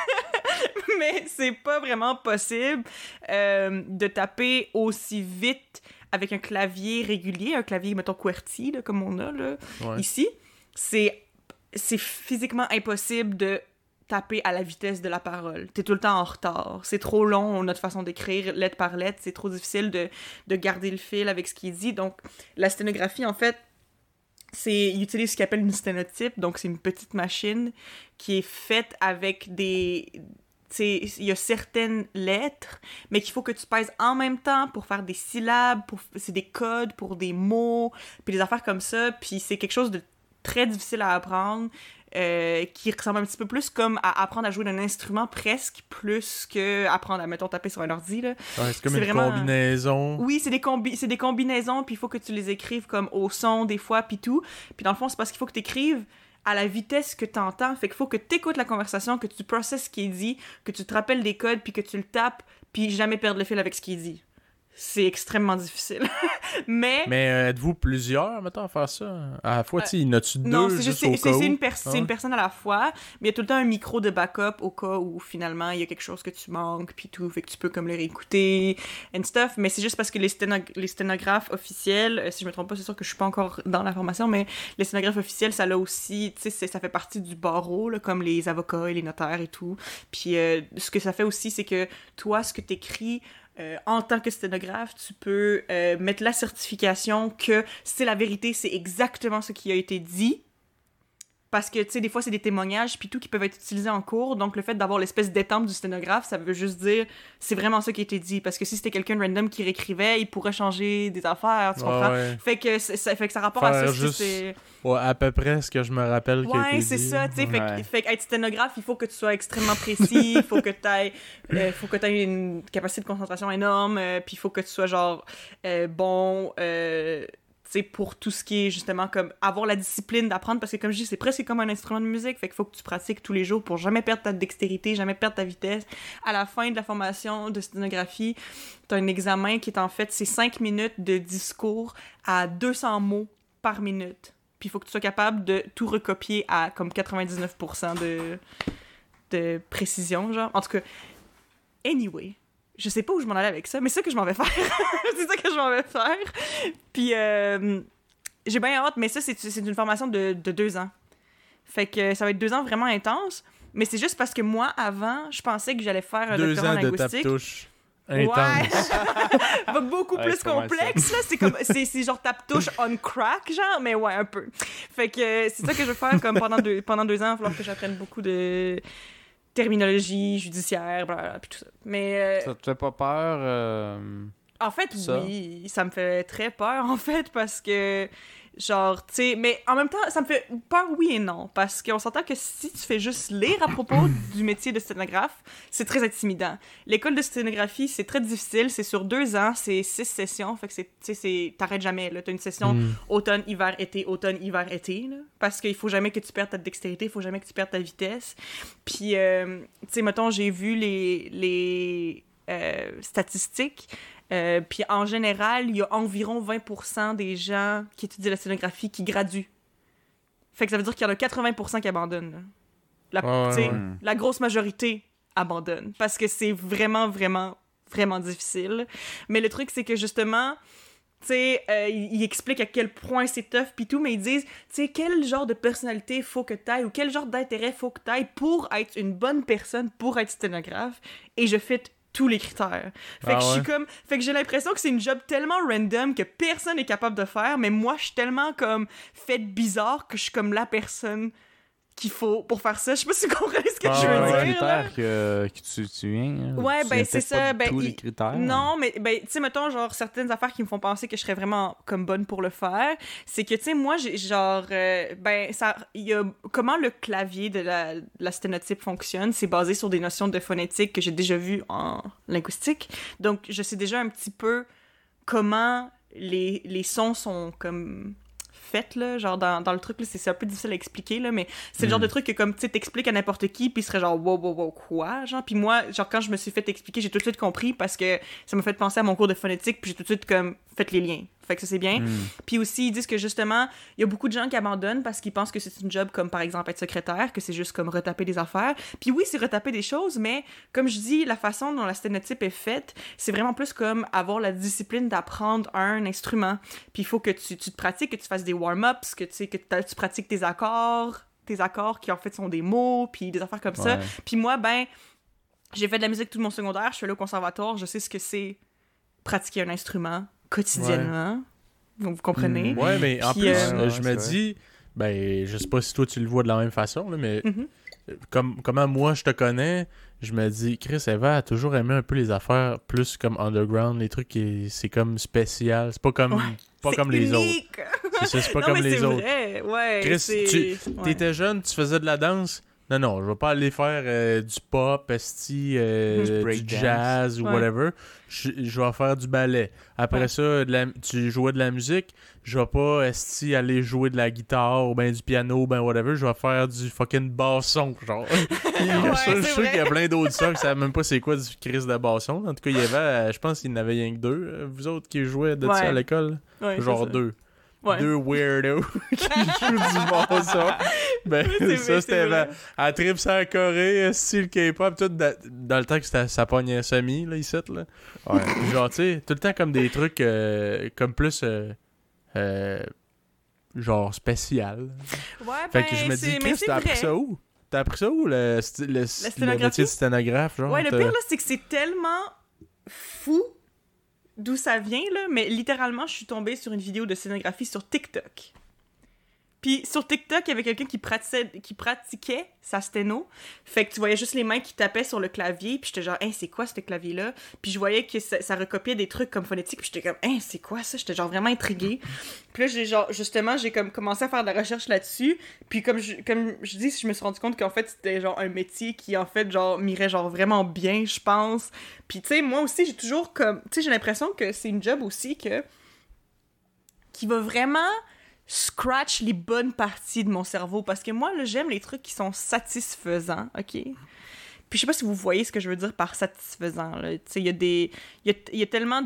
Mais c'est pas vraiment possible de taper aussi vite avec un clavier régulier, un clavier, mettons, QWERTY, là, comme on a là, ici. C'est physiquement impossible de taper à la vitesse de la parole. T'es tout le temps en retard. C'est trop long, notre façon d'écrire lettre par lettre. C'est trop difficile de garder le fil avec ce qui est dit. Donc, la sténographie, en fait, ils utilisent ce qu'ils appellent une sténotype. Donc, c'est une petite machine qui est faite avec des... Il y a certaines lettres, mais qu'il faut que tu pèses en même temps pour faire des syllabes, c'est des codes pour des mots, puis des affaires comme ça. Puis c'est quelque chose de très difficile à apprendre. Qui ressemble un petit peu plus comme à apprendre à jouer d'un instrument presque plus que apprendre à, mettons, taper sur un ordi, là. Ouais, c'est comme une combinaison. Oui, c'est des combinaisons, puis il faut que tu les écrives comme au son des fois, puis tout. Puis dans le fond, c'est parce qu'il faut que tu écrives à la vitesse que tu entends. Fait qu'il faut que tu écoutes la conversation, que tu processes ce qui est dit, que tu te rappelles des codes, puis que tu le tapes, puis jamais perdre le fil avec ce qui est dit. C'est extrêmement difficile. Mais êtes-vous plusieurs, mettons, à faire ça? À la fois, tu sais, il y en a-tu deux? Non, c'est une personne à la fois, mais il y a tout le temps un micro de backup au cas où, finalement, il y a quelque chose que tu manques, puis tout, fait que tu peux comme le réécouter, and stuff. Mais c'est juste parce que les sténographes officiels, si je me trompe pas, c'est sûr que je suis pas encore dans la formation, mais les sténographes officiels, ça l'a aussi, tu sais, ça fait partie du barreau, là, comme les avocats et les notaires et tout. Puis ce que ça fait aussi, c'est que toi, ce que t'écris... en tant que sténographe, tu peux mettre la certification que c'est la vérité, c'est exactement ce qui a été dit. Parce que, tu sais, des fois, c'est des témoignages puis tout qui peuvent être utilisés en cours. Donc, le fait d'avoir l'espèce d'étampe du sténographe, ça veut juste dire c'est vraiment ça qui a été dit. Parce que si c'était quelqu'un de random qui réécrivait, il pourrait changer des affaires, tu comprends? Ouais. Fait que ça rapporte à ça. Juste, c'est... Ouais, à peu près ce que je me rappelle qui a été dit. Ouais, c'est ça, tu sais. Fait qu'être sténographe, il faut que tu sois extrêmement précis, il faut que tu aies une capacité de concentration énorme, puis il faut que tu sois genre bon... c'est pour tout ce qui est justement comme avoir la discipline d'apprendre, parce que comme je dis, c'est presque comme un instrument de musique, fait qu'il faut que tu pratiques tous les jours pour jamais perdre ta dextérité, jamais perdre ta vitesse. À la fin de la formation de sténographie, t'as un examen qui est en fait, c'est 5 minutes de discours à 200 mots par minute. puis il faut que tu sois capable de tout recopier à comme 99% de précision, genre. En tout cas, anyway, je sais pas où je m'en allais avec ça, mais c'est ça que je m'en vais faire. C'est ça que je m'en vais faire. Puis j'ai bien hâte, mais ça, c'est une formation de 2 ans. Fait que ça va être 2 ans vraiment intenses, mais c'est juste parce que moi, avant, je pensais que j'allais faire un 2 doctorat en ans de linguistique. tape-touche. Ouais. Intense. Beaucoup Ouais, plus c'est pas mal complexe, là. C'est genre tape-touche on crack, genre, mais ouais, un peu. Fait que c'est ça que je veux faire comme pendant 2 ans. Il va falloir que j'apprenne beaucoup de terminologie judiciaire, blablabla, puis tout ça. Mais Ça te fait pas peur? en fait, ça? oui, ça me fait très peur, en fait, parce que, genre, tu sais, mais en même temps, ça me fait peur, oui et non, parce qu'on s'entend que si tu fais juste lire à propos du métier de sténographe, c'est très intimidant. L'école de sténographie, c'est très difficile, c'est sur 2 ans, c'est 6 sessions, fait que t'arrêtes jamais, là, t'as une session automne, hiver, été, là, parce qu'il faut jamais que tu perdes ta dextérité, il faut jamais que tu perdes ta vitesse. Puis, tu sais, mettons, j'ai vu les statistiques. Puis en général, il y a environ 20% des gens qui étudient la sténographie qui graduent. Fait que ça veut dire qu'il y en a 80% qui abandonnent. La grosse majorité abandonne. Parce que c'est vraiment, vraiment, vraiment difficile. Mais le truc, c'est que justement, tu sais, ils expliquent à quel point c'est tough pis tout, mais ils disent, tu sais, quel genre de personnalité faut que t'ailles ou quel genre d'intérêt faut que t'ailles pour être une bonne personne, pour être sténographe. Et je fit tous les critères. Fait que je suis comme... Fait que j'ai l'impression que c'est une job tellement random que personne n'est capable de faire, mais moi, je suis tellement comme faite bizarre que je suis comme la personne qu'il faut pour faire ça. Je sais pas si vous comprenez ce que je veux dire. Les critères que tu viens. Ouais, ben c'est ça. Tous les critères. Non, mais ben, tu sais, mettons, genre, certaines affaires qui me font penser que je serais vraiment comme bonne pour le faire, c'est que, tu sais, moi, j'ai genre, ben, ça, il y a comment le clavier de la sténotype fonctionne, c'est basé sur des notions de phonétique que j'ai déjà vues en linguistique. Donc, je sais déjà un petit peu comment les sons sont comme faite, là, genre dans le truc, là, c'est un peu difficile à expliquer, là, mais c'est le genre de truc que, comme, tu sais, t'expliques à n'importe qui, puis il serait genre, wow, quoi, genre, puis moi, genre, quand je me suis fait expliquer, j'ai tout de suite compris, parce que ça m'a fait penser à mon cours de phonétique, puis j'ai tout de suite, comme, fait les liens. Fait que ça, c'est bien. Puis aussi, ils disent que, justement, il y a beaucoup de gens qui abandonnent parce qu'ils pensent que c'est une job comme, par exemple, être secrétaire, que c'est juste, comme, retaper des affaires. Puis oui, c'est retaper des choses, mais, comme je dis, la façon dont la sténotype est faite, c'est vraiment plus comme avoir la discipline d'apprendre un instrument. Puis il faut que tu te pratiques, que tu fasses des warm-ups, que tu pratiques tes accords qui, en fait, sont des mots, puis des affaires comme ça. Puis moi, ben, j'ai fait de la musique tout mon secondaire, je suis allée au conservatoire, je sais ce que c'est pratiquer un instrument quotidiennement. Vous comprenez? Ouais, mais puis, en plus, je me dis, ben, je sais pas si toi tu le vois de la même façon, là, mais comment moi je te connais, je me dis, Chris, Eva a toujours aimé un peu les affaires plus comme underground, les trucs qui c'est comme spécial, c'est pas comme les autres. C'est pas non, comme mais les c'est autres. Vrai. Ouais, Chris, t'étais jeune, tu faisais de la danse. Non, je vais pas aller faire du pop, du jazz ou whatever. Je vais faire du ballet. Après ça, tu jouais de la musique. Je vais pas aller jouer de la guitare ou ben du piano ou ben whatever. Je vais faire du fucking basson, genre. Je suis sûr qu'il y a plein d'autres ça qui savent même pas c'est quoi du crise de basson. En tout cas, il y avait, je pense qu'il y en avait rien que 2. Vous autres qui jouaient de ça à l'école? Genre 2. Ouais. 2 weirdos qui jouent du basson. Ben, ça, c'était à trip sur la Corée, style K-pop, tout dans le temps que ça pognait semi, là, ici, là. Ouais. Genre, tu sais, tout le temps comme des trucs comme plus genre spécial. Ouais, fait que je me dis, Chris, t'as appris ça où? T'as appris ça où, le métier de sténographe, genre? Ouais, le pire, là, c'est que c'est tellement fou d'où ça vient, là, mais littéralement, je suis tombée sur une vidéo de scénographie sur TikTok. Puis sur TikTok, il y avait quelqu'un qui pratiquait sa sténo. Fait que tu voyais juste les mains qui tapaient sur le clavier. Puis j'étais genre, hey, c'est quoi ce clavier-là? Puis je voyais que ça recopiait des trucs comme phonétique. Puis j'étais comme, hey, c'est quoi ça? J'étais genre vraiment intriguée. Puis là, j'ai comme commencé à faire de la recherche là-dessus. Puis comme je dis, je me suis rendu compte qu'en fait, c'était genre un métier qui, en fait, genre, m'irait genre vraiment bien, je pense. Puis tu sais, moi aussi, j'ai toujours comme... Tu sais, j'ai l'impression que c'est une job aussi qui va vraiment scratch les bonnes parties de mon cerveau. Parce que moi, là, j'aime les trucs qui sont satisfaisants, OK? Puis je sais pas si vous voyez ce que je veux dire par satisfaisant. Tu sais, il y a tellement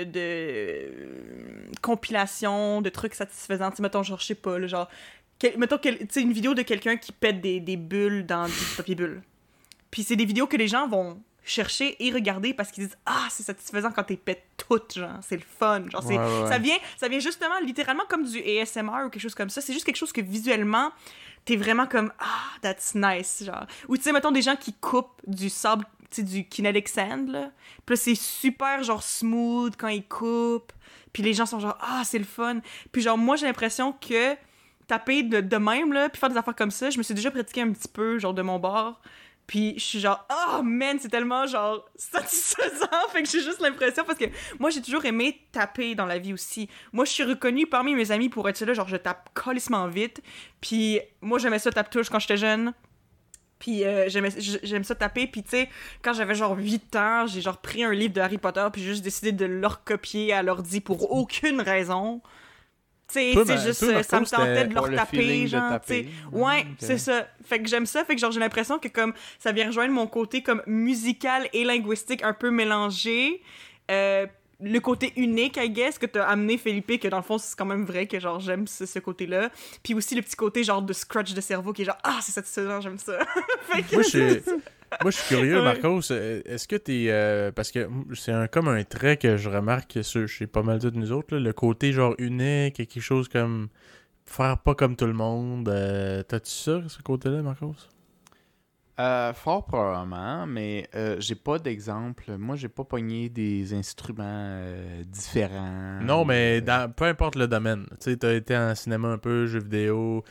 de compilations, de trucs satisfaisants. Tu sais, mettons, genre, je sais pas, là, genre... mettons, tu sais, une vidéo de quelqu'un qui pète des bulles dans du papier bulle. Puis c'est des vidéos que les gens vont chercher et regarder parce qu'ils disent « Ah, c'est satisfaisant quand t'es pètes toutes, genre, c'est le fun. » Genre, ça vient justement, littéralement, comme du ASMR ou quelque chose comme ça. C'est juste quelque chose que visuellement, t'es vraiment comme « Ah, that's nice. » genre. Ou tu sais, mettons, des gens qui coupent du sable, tu sais, du kinetic sand, là. Puis là, c'est super, genre, smooth quand ils coupent. Puis les gens sont genre « Ah, c'est le fun. » Puis genre, moi, j'ai l'impression que taper de même, là, puis faire des affaires comme ça, je me suis déjà pratiqué un petit peu, genre, de mon bord. Puis je suis genre, oh man, c'est tellement genre satisfaisant. Fait que j'ai juste l'impression, parce que moi j'ai toujours aimé taper dans la vie aussi. Moi je suis reconnue parmi mes amis pour être là, genre je tape calissement vite. Puis moi j'aimais ça tape-touche quand j'étais jeune. Puis j'aime ça taper. Puis tu sais, quand j'avais genre 8 ans, j'ai genre pris un livre de Harry Potter puis j'ai juste décidé de le recopier à l'ordi pour aucune raison. C'est juste, ça me tentait de leur taper, genre, tu sais. Ouais, okay. C'est ça. Fait que j'aime ça. Fait que genre, j'ai l'impression que comme ça vient rejoindre mon côté comme musical et linguistique un peu mélangé. Le côté unique, I guess, que t'as amené, Felipe, que dans le fond, c'est quand même vrai que genre, j'aime ce côté-là. Puis aussi le petit côté genre de scratch de cerveau qui est genre, ah, c'est satisfaisant, j'aime ça. Fait que Moi, je suis curieux, Marcos. Est-ce que t'es... parce que c'est comme un trait que je remarque chez pas mal de nous autres, là, le côté genre unique, quelque chose comme faire pas comme tout le monde. T'as-tu ça, ce côté-là, Marcos? Fort probablement, mais j'ai pas d'exemple. Moi, j'ai pas pogné des instruments différents. Non, mais peu importe le domaine. Tu sais, t'as été en cinéma un peu, jeux vidéo.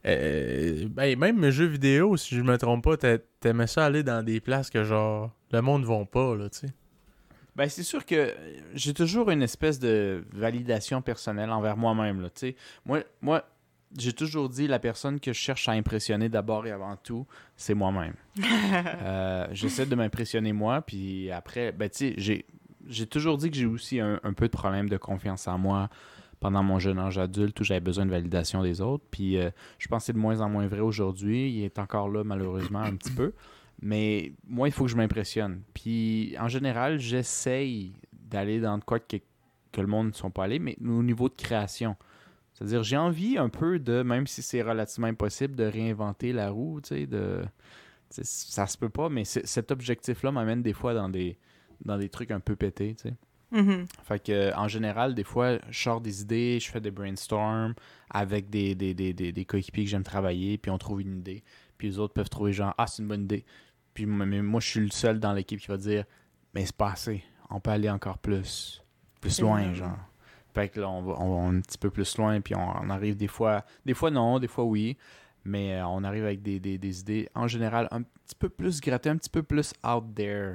Même jeux vidéo, si je me trompe pas, t'aimais ça aller dans des places que genre le monde ne va pas, là, tu sais. Ben, c'est sûr que j'ai toujours une espèce de validation personnelle envers moi-même, là, tu sais. Moi, j'ai toujours dit, la personne que je cherche à impressionner d'abord et avant tout, c'est moi-même. J'essaie de m'impressionner moi, puis après, ben tu sais, j'ai toujours dit que j'ai aussi un peu de problème de confiance en moi pendant mon jeune âge adulte où j'avais besoin de validation des autres, puis je pense que c'est de moins en moins vrai aujourd'hui. Il est encore là, malheureusement, un petit peu. Mais moi, il faut que je m'impressionne. Puis en général, j'essaye d'aller dans de quoi que le monde ne sont pas allés, mais au niveau de création. C'est-à-dire, j'ai envie un peu de, même si c'est relativement impossible, de réinventer la roue, tu sais, ça se peut pas, mais cet objectif-là m'amène des fois dans des trucs un peu pétés, tu sais. Mm-hmm. Fait que, en général, des fois, je sors des idées, je fais des brainstorms avec des coéquipiers que j'aime travailler, puis on trouve une idée, puis les autres peuvent trouver genre, ah, c'est une bonne idée. Puis moi, je suis le seul dans l'équipe qui va dire, mais c'est pas assez, on peut aller encore plus loin, genre. Fait que là, on va un petit peu plus loin, puis on arrive des fois non, des fois oui, mais on arrive avec des idées, en général, un petit peu plus grattées, un petit peu plus out there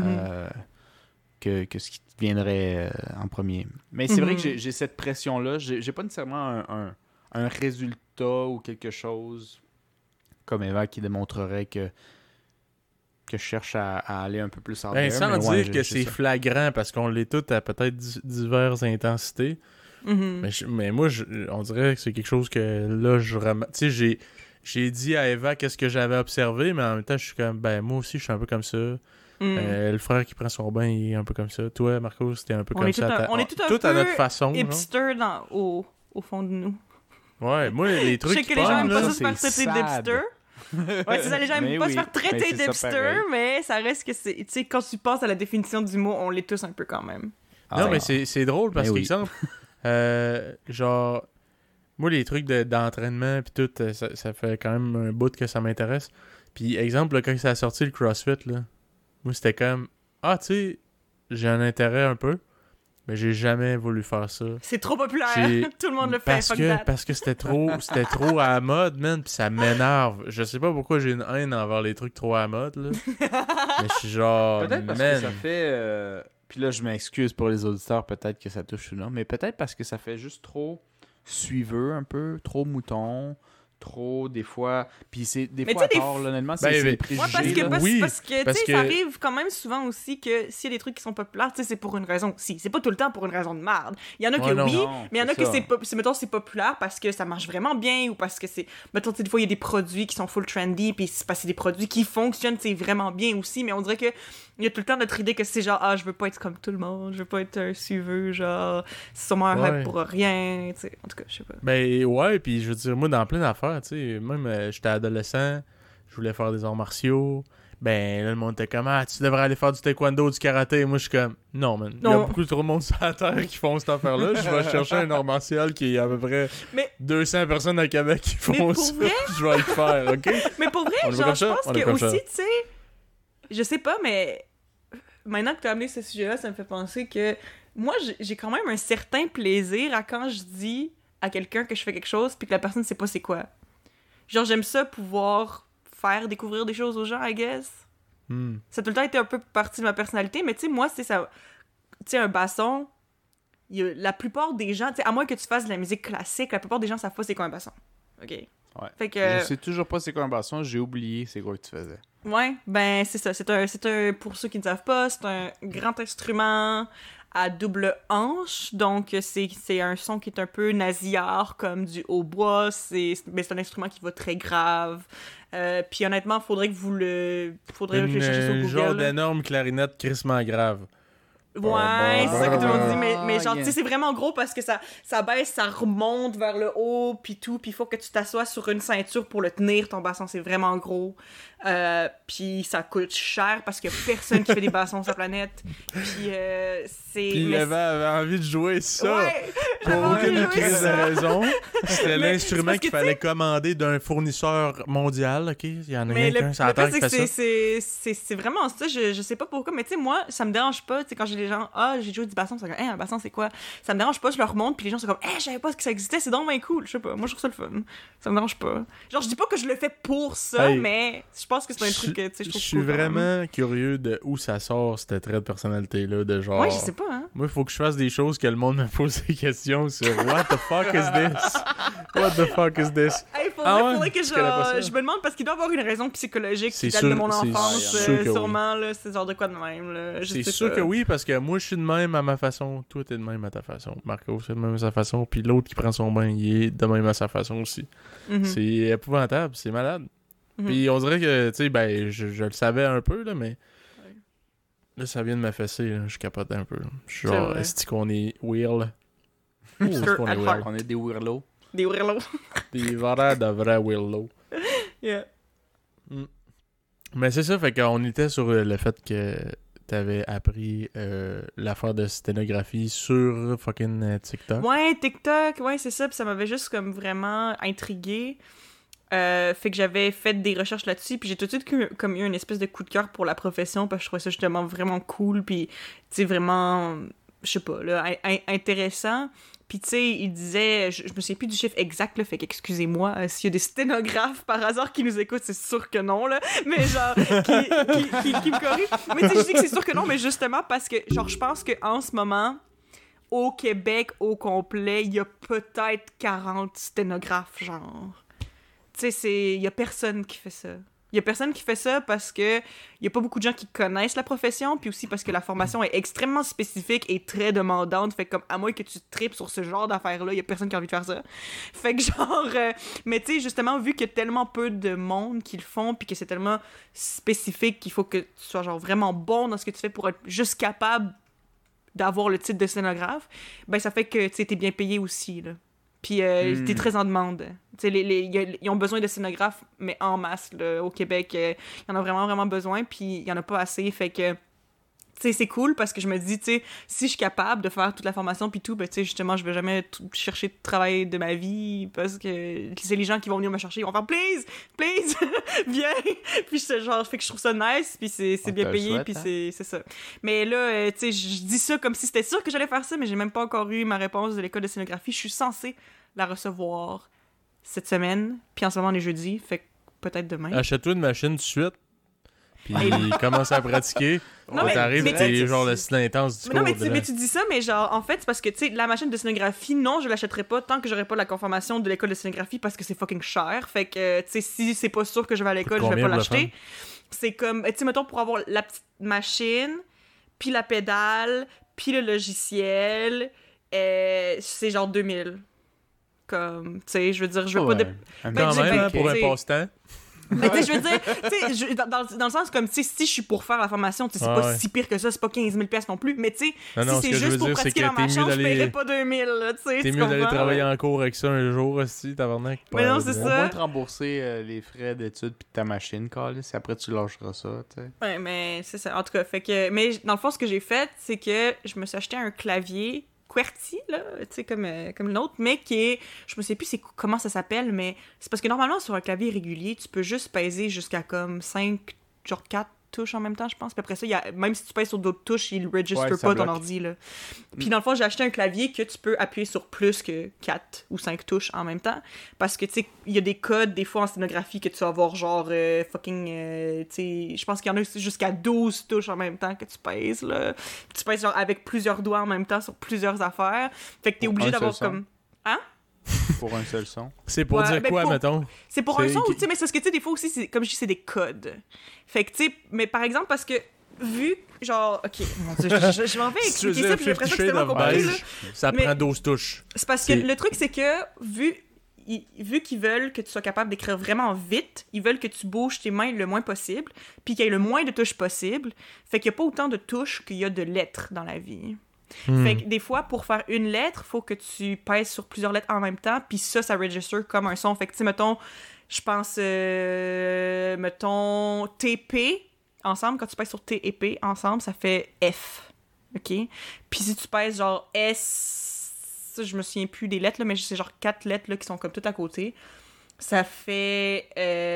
que ce qui viendrait en premier. Mais c'est vrai que j'ai cette pression-là. J'ai pas nécessairement un résultat ou quelque chose comme Eva qui démontrerait que je cherche à aller un peu plus en sans mais dire que c'est flagrant, parce qu'on l'est tous à peut-être diverses intensités. Mais moi, on dirait que c'est quelque chose que là, je remarque. Tu sais, j'ai dit à Eva qu'est-ce que j'avais observé, mais en même temps, je suis comme, ben moi aussi, je suis un peu comme ça. Le frère qui prend son bain, il est un peu comme ça. Toi, Marcos, t'es un peu comme ça. On est tout à notre façon. Hipster au fond de nous. Ouais, moi, les trucs. Je sais que les gens aiment pas ça se faire traiter sad. d'hipster. Ouais, c'est ça, les gens aiment pas se faire traiter d'hipster, mais ça reste que c'est. Tu sais, quand tu penses à la définition du mot, on l'est tous un peu quand même. Non, mais c'est drôle parce qu'exemple, genre, moi, les trucs d'entraînement pis tout, ça fait quand même un bout que ça m'intéresse. Puis, exemple, là, quand ça a sorti le CrossFit, là, moi, c'était comme, ah, tu sais, j'ai un intérêt un peu, mais j'ai jamais voulu faire ça. C'est trop populaire, tout le monde le fait, parce que c'était trop à la mode, man, pis ça m'énerve. Je sais pas pourquoi j'ai une haine envers les trucs trop à la mode, là. Mais je suis genre, peut-être parce que ça fait... Puis là, je m'excuse pour les auditeurs, peut-être que ça touche ou non, mais peut-être parce que ça fait juste trop suiveux un peu, trop mouton, trop, des fois. Puis c'est des Mais fois à tu sais, tort, là, honnêtement, Ben, c'est mais- des préjugés. Ouais, parce que, là. parce, Oui, parce que, parce tu sais, que- ça arrive quand même souvent aussi que s'il y a des trucs qui sont populaires, tu sais, c'est pour une raison aussi. C'est pas tout le temps pour une raison de merde. Il y en a que Ouais, non. oui, Non, mais il y en a c'est que ça. mettons, c'est populaire parce que ça marche vraiment bien ou parce que c'est, mettons, tu sais, des fois, il y a des produits qui sont full trendy puis c'est parce que c'est des produits qui fonctionnent, c'est vraiment bien aussi, mais on dirait que il y a tout le temps notre idée que c'est genre, ah, je veux pas être comme tout le monde, je veux pas être un suiveux, genre, c'est sûrement un Ouais. hype pour rien, tu sais. En tout cas, je sais pas. Ben ouais, puis je veux dire, moi, dans plein d'affaires, tu sais, même j'étais adolescent, je voulais faire des arts martiaux. Ben là, le monde était comme, ah, tu devrais aller faire du taekwondo, du karaté. Moi, je suis comme, non, man. Il y a Non. beaucoup trop de monde sur la terre qui font cette affaire-là. Je vais chercher un art martial qui est à peu près Mais- 200 personnes à Québec qui Mais font pour ça. vrai? Puis je vais le faire, ok? Mais pour vrai, On le voit genre, comme je ça? pense On le que voit comme ça. aussi, tu sais, je sais pas, mais maintenant que tu as amené ce sujet-là, ça me fait penser que moi, j'ai quand même un certain plaisir à quand je dis à quelqu'un que je fais quelque chose puis que la personne sait pas c'est quoi. Genre, j'aime ça pouvoir faire découvrir des choses aux gens, I guess. Hmm. Ça a tout le temps été un peu partie de ma personnalité, mais tu sais, moi, c'est ça. Tu sais, un basson, la plupart des gens, tu sais, à moins que tu fasses de la musique classique, la plupart des gens savent pas c'est quoi un basson. OK? Ouais. Fait que. Je sais toujours pas c'est quoi un basson, j'ai oublié c'est quoi que tu faisais. Ouais, ben c'est ça. C'est un, pour ceux qui ne savent pas, c'est un grand instrument à double hanche. Donc, c'est un son qui est un peu nasillard, comme du hautbois. Mais c'est un instrument qui va très grave. Puis honnêtement, faudrait que faudrait que je le cherchiez sur Une Google. genre là. d'énorme clarinette crissement grave. Ouais, c'est ça que tout le monde dit, mais genre, Yeah. tu sais, c'est vraiment gros parce que ça baisse, ça remonte vers le haut, puis tout, puis il faut que tu t'assoies sur une ceinture pour le tenir, ton basson, c'est vraiment gros. Puis ça coûte cher parce qu'il y a personne qui fait des bassons sur la planète. Puis c'est... Puis mais Léva avait envie de jouer ça. Ouais! Pour j'avais envie de aucune jouer crise de ça. raison. C'était Mais l'instrument c'est parce qu'il que, fallait commander d'un fournisseur mondial, ok? Il y en a Mais rien qu'un sur la terre qui c'est fait que ça. c'est vraiment ça, je sais pas pourquoi, mais tu sais, moi, ça me dérange pas, tu sais, quand j'ai des gens, ah, j'ai joué du basson, c'est comme, un basson, c'est quoi? Ça me dérange pas, je leur montre, puis les gens sont comme, je savais pas que ça existait, c'est donc bien cool, je sais pas, moi, je trouve ça le fun. Ça me dérange pas. Genre, je dis pas que je le fais pour ça, Hey, mais je pense que c'est un truc que, tu sais, je Je trouve suis cool, quand même. vraiment curieux de où ça sort, cette trait de personnalité-là, de genre... Ouais, je sais pas, hein. Moi, il faut que je fasse des choses que le monde me pose des questions sur What the fuck is this? What the fuck is this? Hey, Ah ouais? faudrait que Je connais pas ça. je me demande parce qu'il doit y avoir une raison psychologique C'est qui date sûr- de mon c'est enfance, sûr que oui. sûrement, là, c'est genre de quoi de même, là. Je C'est sais sûr pas. que oui, parce que moi, je suis de même à ma façon. Toi, t'es de même à ta façon. Marco, c'est de même à sa façon. Puis l'autre qui prend son bain, il est de même à sa façon aussi. Mhm. C'est épouvantable, c'est malade. Mhm. Puis on dirait que, tu sais, ben, je le savais un peu, là, mais... Ouais. Là, ça vient de m'affaisser, là. Je capote un peu. Je suis C'est genre, vrai. est-ce qu'on est weird? Oh, Hipster est-ce qu'on at est heart. weird? On est des weirdos. Des ourlots. Des vrais de vrais weirdos. Yeah. Mais c'est ça, fait qu'on était sur le fait que t'avais appris l'affaire de sténographie sur fucking TikTok. Ouais, TikTok, ouais, c'est ça. Puis ça m'avait juste comme vraiment intriguée. Fait que j'avais fait des recherches là-dessus. Puis j'ai tout de suite comme eu une espèce de coup de cœur pour la profession. Parce que je trouvais ça justement vraiment cool. Puis, tu sais, vraiment, je sais pas, là, intéressant. Puis, tu sais, il disait, je me souviens plus du chiffre exact, là, fait qu'excusez-moi, s'il y a des sténographes par hasard qui nous écoutent, c'est sûr que non, là, mais genre, qui me corrigent. Mais tu sais, je dis que c'est sûr que non, mais justement parce que, genre, je pense qu'en ce moment, au Québec, au complet, il y a peut-être 40 sténographes, genre. Tu sais, il y a personne qui fait ça. Il y a personne qui fait ça parce que il y a pas beaucoup de gens qui connaissent la profession, puis aussi parce que la formation est extrêmement spécifique et très demandante. Fait que comme à moins que tu tripes sur ce genre d'affaires-là, il y a personne qui a envie de faire ça. Fait que genre, mais tu sais justement vu qu'il y a tellement peu de monde qui le font, puis que c'est tellement spécifique qu'il faut que tu sois genre vraiment bon dans ce que tu fais pour être juste capable d'avoir le titre de scénographe, ben ça fait que tu sais t'es bien payé aussi là. Puis t'es très en demande. Tu sais, ils ont besoin de scénographes, mais en masse, là, au Québec. Il y en a vraiment, vraiment besoin, puis il y en a pas assez. Fait que, tu sais, c'est cool parce que je me dis, tu sais, si je suis capable de faire toute la formation puis tout, ben, tu sais, justement, je vais jamais chercher de travail de ma vie parce que c'est les gens qui vont venir me chercher. Ils vont faire « Please! Please! Viens! » Puis genre, fait que je trouve ça nice, puis c'est On bien te le payé, souhaite, puis hein? c'est ça. Mais là, tu sais, je dis ça comme si c'était sûr que j'allais faire ça, mais j'ai même pas encore eu ma réponse de l'école de scénographie. Je suis censée la recevoir cette semaine, puis en ce moment, on est jeudi, fait que peut-être demain. Achète-toi une machine tout de suite. puis il commence à pratiquer. Non, mais- T'arrives, mais t'es tu- genre le style intense du Mais non, cours. mais tu dis ça, mais genre, en fait, c'est parce que, tu sais, la machine de scénographie, non, je l'achèterai pas tant que j'aurai pas la confirmation de l'école de scénographie parce que c'est fucking cher. Fait que, tu sais, si c'est pas sûr que je vais à l'école, je vais Combien pas pour le l'acheter. C'est comme, tu sais, mettons, pour avoir la petite machine, puis la pédale, puis le logiciel, c'est genre 2000. Comme, tu sais, je veux dire, je veux pas... Ouais. Ben, Quand j'ai même, fait- hein, pour un t'sais- passe-temps. Mais tu sais, je veux dire, tu sais, dans le sens comme, tu sais, si je suis pour faire la formation, tu sais, c'est Ah pas ouais. si pire que ça, c'est pas 15 000 pièces non plus, mais tu sais, Non, non, si ce c'est que je veux juste pour dire, c'est pratiquer que dans ma t'es mieux chambre, je d'aller- paierais pas 2000, là, tu sais, T'es tu mieux d'aller comprends? travailler en cours avec ça un jour aussi, tabarnak. Mais non, c'est On ça. va te rembourser les frais d'études puis de ta machine, Carlis, et après tu lâcheras ça, tu sais. Ouais, mais c'est ça, en tout cas, fait que, mais dans le fond, ce que j'ai fait, c'est que je me suis acheté un clavier QWERTY, là, tu sais, comme le nôtre, mais qui est, je me sais plus comment ça s'appelle, mais c'est parce que normalement, sur un clavier régulier, tu peux juste peser jusqu'à comme 5, genre 4 touches en même temps, je pense. Puis après ça, même si tu pèses sur d'autres touches, il registre Ouais, ça pas ton bloque. ordi, là. Puis dans le fond, j'ai acheté un clavier que tu peux appuyer sur plus que 4 ou 5 touches en même temps. Parce que, tu sais, il y a des codes, des fois, en sténographie, que tu vas avoir genre, fucking, tu sais, je pense qu'il y en a jusqu'à 12 touches en même temps que tu pèses, là. Tu pèses genre avec plusieurs doigts en même temps sur plusieurs affaires. Fait que t'es Pour obligé un d'avoir seul comme... Pour un seul son. C'est pour Ouais, dire ben, quoi, pour- mettons? C'est pour un C'est- son, ou tu sais, mais c'est parce que, tu sais, des fois aussi, comme je dis, c'est des codes. Fait que, tu sais, mais par exemple, parce que, vu, genre, ok, mon Dieu, je m'en vais Si tu veux expliquer dire ça, puis j'ai l'impression que c'est 50 tellement Shades of compliqué, là. Beige, ça Mais- prend 12 touches. C'est parce que C'est- le truc, c'est que, vu qu'ils veulent que tu sois capable d'écrire vraiment vite, ils veulent que tu bouges tes mains le moins possible, puis qu'il y ait le moins de touches possible. Fait qu'il n'y a pas autant de touches qu'il y a de lettres dans la vie. Fait que des fois, pour faire une lettre, faut que tu pèses sur plusieurs lettres en même temps, puis ça register comme un son. Fait que, tu sais, mettons, je pense, mettons, TP, ensemble, quand tu pèses sur T et P, ensemble, ça fait F. OK? Puis si tu pèses genre S, je me souviens plus des lettres, là, mais c'est genre 4 lettres là, qui sont comme toutes à côté, ça fait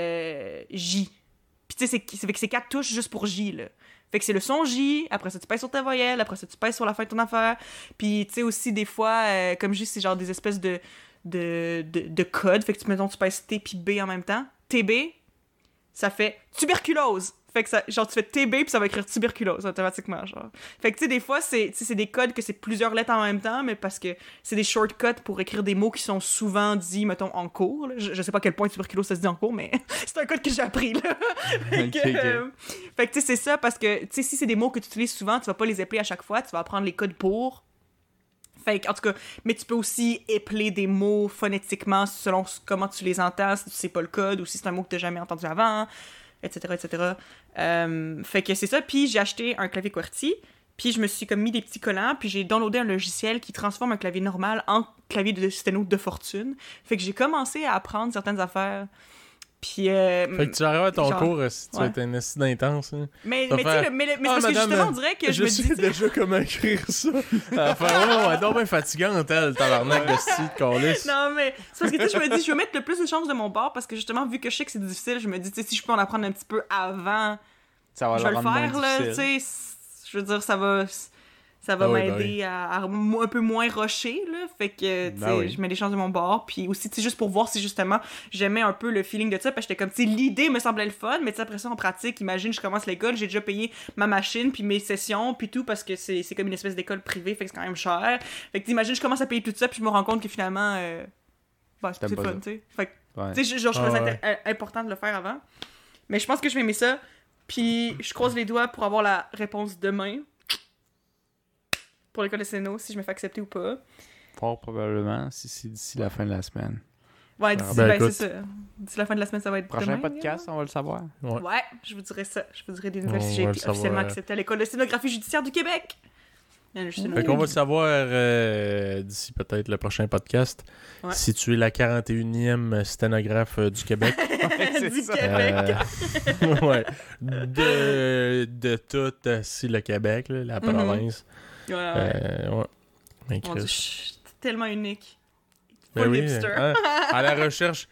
J. Puis tu sais, fait que c'est 4 touches juste pour J, là. Fait que c'est le son J, après ça tu pèses sur ta voyelle, après ça tu pèses sur la fin de ton affaire. Puis tu sais aussi des fois, comme je dis, c'est genre des espèces de codes. Fait que mettons, tu pèses T puis B en même temps. TB, ça fait tuberculose. Fait que ça, genre tu fais TB puis ça va écrire tuberculose automatiquement, genre. Fait que tu sais, des fois, c'est des codes que c'est plusieurs lettres en même temps, mais parce que c'est des shortcuts pour écrire des mots qui sont souvent dits, mettons, en cours. Là. Je sais pas à quel point tuberculose ça se dit en cours, mais c'est un code que j'ai appris, là. Fait que, fait que tu sais, c'est ça, parce que, tu sais, si c'est des mots que tu utilises souvent, tu vas pas les épeler à chaque fois, tu vas apprendre les codes pour. Fait que, en tout cas, mais tu peux aussi épeler des mots phonétiquement selon comment tu les entends, si tu sais pas le code, ou si c'est un mot que t'as jamais entendu avant, etc., etc. Fait que c'est ça, puis j'ai acheté un clavier QWERTY, puis je me suis comme mis des petits collants, puis j'ai downloadé un logiciel qui transforme un clavier normal en clavier de sténo de fortune. Fait que j'ai commencé à apprendre certaines affaires. Puis... Fait que tu arrives à ton genre, cours si tu ouais. vas être un esti d'intense. Hein. mais Ça tu fait- sais, mais c'est Ah, parce que madame, justement, on dirait que je me sais dis... déjà comment écrire ça. Elle fait, oh, elle est donc bien fatigante, elle, le tabarnak de style de calice. Non, mais c'est parce que, tu sais, je me dis, je vais mettre le plus de chances de mon bord parce que, justement, vu que je sais que c'est difficile, je me dis, tu sais, si je peux en apprendre un petit peu avant, Ça va je vais le rendre moins faire, là, tu difficile. sais. Je veux dire, ça va Ah oui, m'aider à un peu moins rusher, là. Fait que, tu sais, Ben oui. je mets les chances de mon bord. Puis aussi, tu sais, juste pour voir si, justement, j'aimais un peu le feeling de ça. Parce que j'étais comme, tu sais, l'idée me semblait le fun, mais tu sais, après ça, en pratique, imagine, je commence l'école, j'ai déjà payé ma machine, puis mes sessions, puis tout, parce que c'est comme une espèce d'école privée, fait que c'est quand même cher. Fait que, imagine, je commence à payer tout ça, puis je me rends compte que finalement, bah, c'est T'aimes le pas fun, ça. tu sais. Fait que, Ouais. tu sais, genre, je trouvais Ah ça important de le faire avant. Mais je pense que je vais aimer ça. Puis je croise les doigts pour avoir la réponse demain. Pour l'école de Seno, si je me fais accepter ou pas. Fort probablement, si c'est d'ici la fin de la semaine. Ouais, d'ici, ben, ben, écoute. c'est ça. D'ici la fin de la semaine, ça va être Prochain demain. podcast, on va le savoir. Ouais. Ouais, je vous dirai ça. Je vous dirai des nouvelles On si j'ai va été le savoir, officiellement accepté à l'école de scénographie judiciaire du Québec. Fait qu'on va le savoir d'ici peut-être le prochain podcast. Ouais. Si tu es la 41e sténographe du Québec. du Québec. Ouais. De tout si le Québec, là, la province. Ouais, ouais. Ouais. Mais Mon Dieu, je Chris. suis tellement unique. Ben Full oui, hipster. hein, à la recherche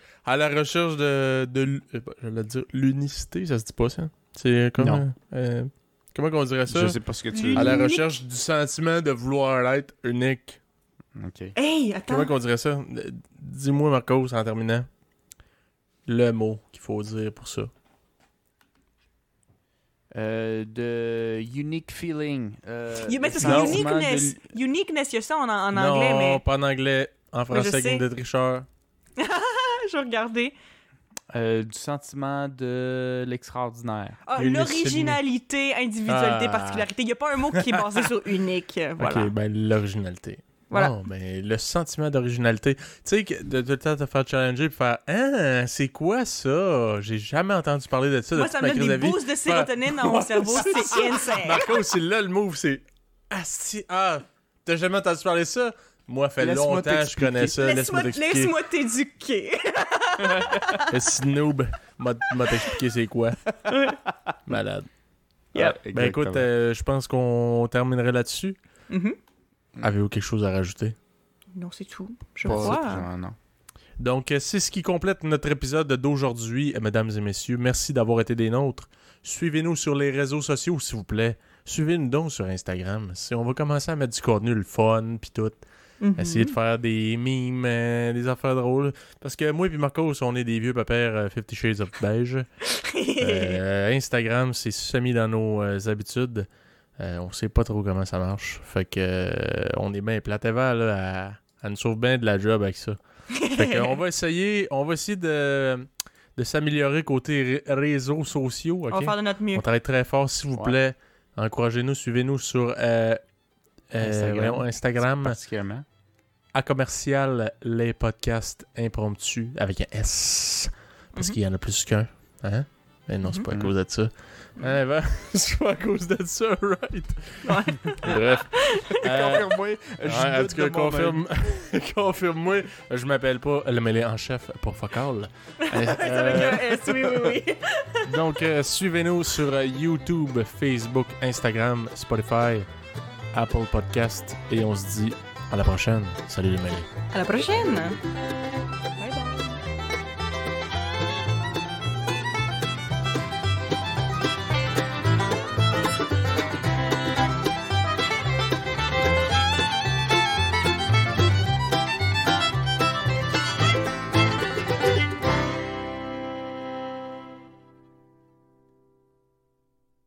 de j'allais dire l'unicité, ça se dit pas ça. C'est comment comment qu'on dirait ça? Je sais pas ce que tu veux À la Unique. recherche du sentiment de vouloir être unique. Ok. Hey, attends. Comment qu'on dirait ça? Dis-moi, Marcos, en terminant, le mot qu'il faut dire pour ça. De unique feeling. Mais le c'est sentiment uniqueness. de- Uniqueness, il y a ça en Non, anglais, mais. pas en anglais. En Mais je français, sais. Game de tricheur. Je vais regarder. Du sentiment de l'extraordinaire. Ah, Et le l'originalité, individualité, Ah. particularité. Il n'y a pas un mot qui est basé sur unique. Voilà. Ok, ben l'originalité. Voilà. Bon, ben le sentiment d'originalité. Tu sais, que de tout le temps te faire challenger et faire « Ah, c'est quoi ça? J'ai jamais entendu parler de ça Moi, de ça toute me ma donne crise des de vie. boosts de sérotonine dans mon cerveau. C'est insane. Marco, c'est là le move, c'est « Ah, si, ah, t'as jamais entendu parler de ça? Moi, fait Laisse-moi longtemps que je connais ça. Laisse-moi t'expliquer. Laisse-moi t'éduquer. Le snoob m'a t'expliqué c'est quoi. Malade. Yep. Ben écoute, je pense qu'on terminerait là-dessus. Mhm. Avez-vous quelque chose à rajouter? Non, c'est tout. Je Pas- crois. non. Donc, c'est ce qui complète notre épisode d'aujourd'hui, mesdames et messieurs. Merci d'avoir été des nôtres. Suivez-nous sur les réseaux sociaux, s'il vous plaît. Suivez-nous donc sur Instagram. On va commencer à mettre du contenu, le fun, puis tout. Mhm. Essayer de faire des mimes, des affaires drôles. Parce que moi et Marcos, on est des vieux papères 50 Shades of Beige. Instagram, c'est semi dans nos habitudes. On sait pas trop comment ça marche. Fait que on est bien plate Eva, là, elle nous sauve bien de la job avec ça. Fait que on va essayer de s'améliorer côté réseaux sociaux. On va ok? faire de notre mieux. On travaille très fort, s'il vous Ouais. plaît. Encouragez-nous, suivez-nous sur Instagram. Particulièrement. À commercial, les podcasts impromptus avec un S. Parce Mhm. qu'il y en a plus qu'un. Hein? Mais non, c'est pas à Mhm. cause de ça. Hein, ben, c'est pas à cause de ça, right? Ouais. Bref. Confirme-moi. Ouais, en tout cas, confirme-moi. Je m'appelle pas le mêlé en chef pour fuck all. C'est avec un S, oui, oui, oui. Donc, suivez-nous sur YouTube, Facebook, Instagram, Spotify, Apple Podcast. Et on se dit à la prochaine. Salut les mêlés. À la prochaine.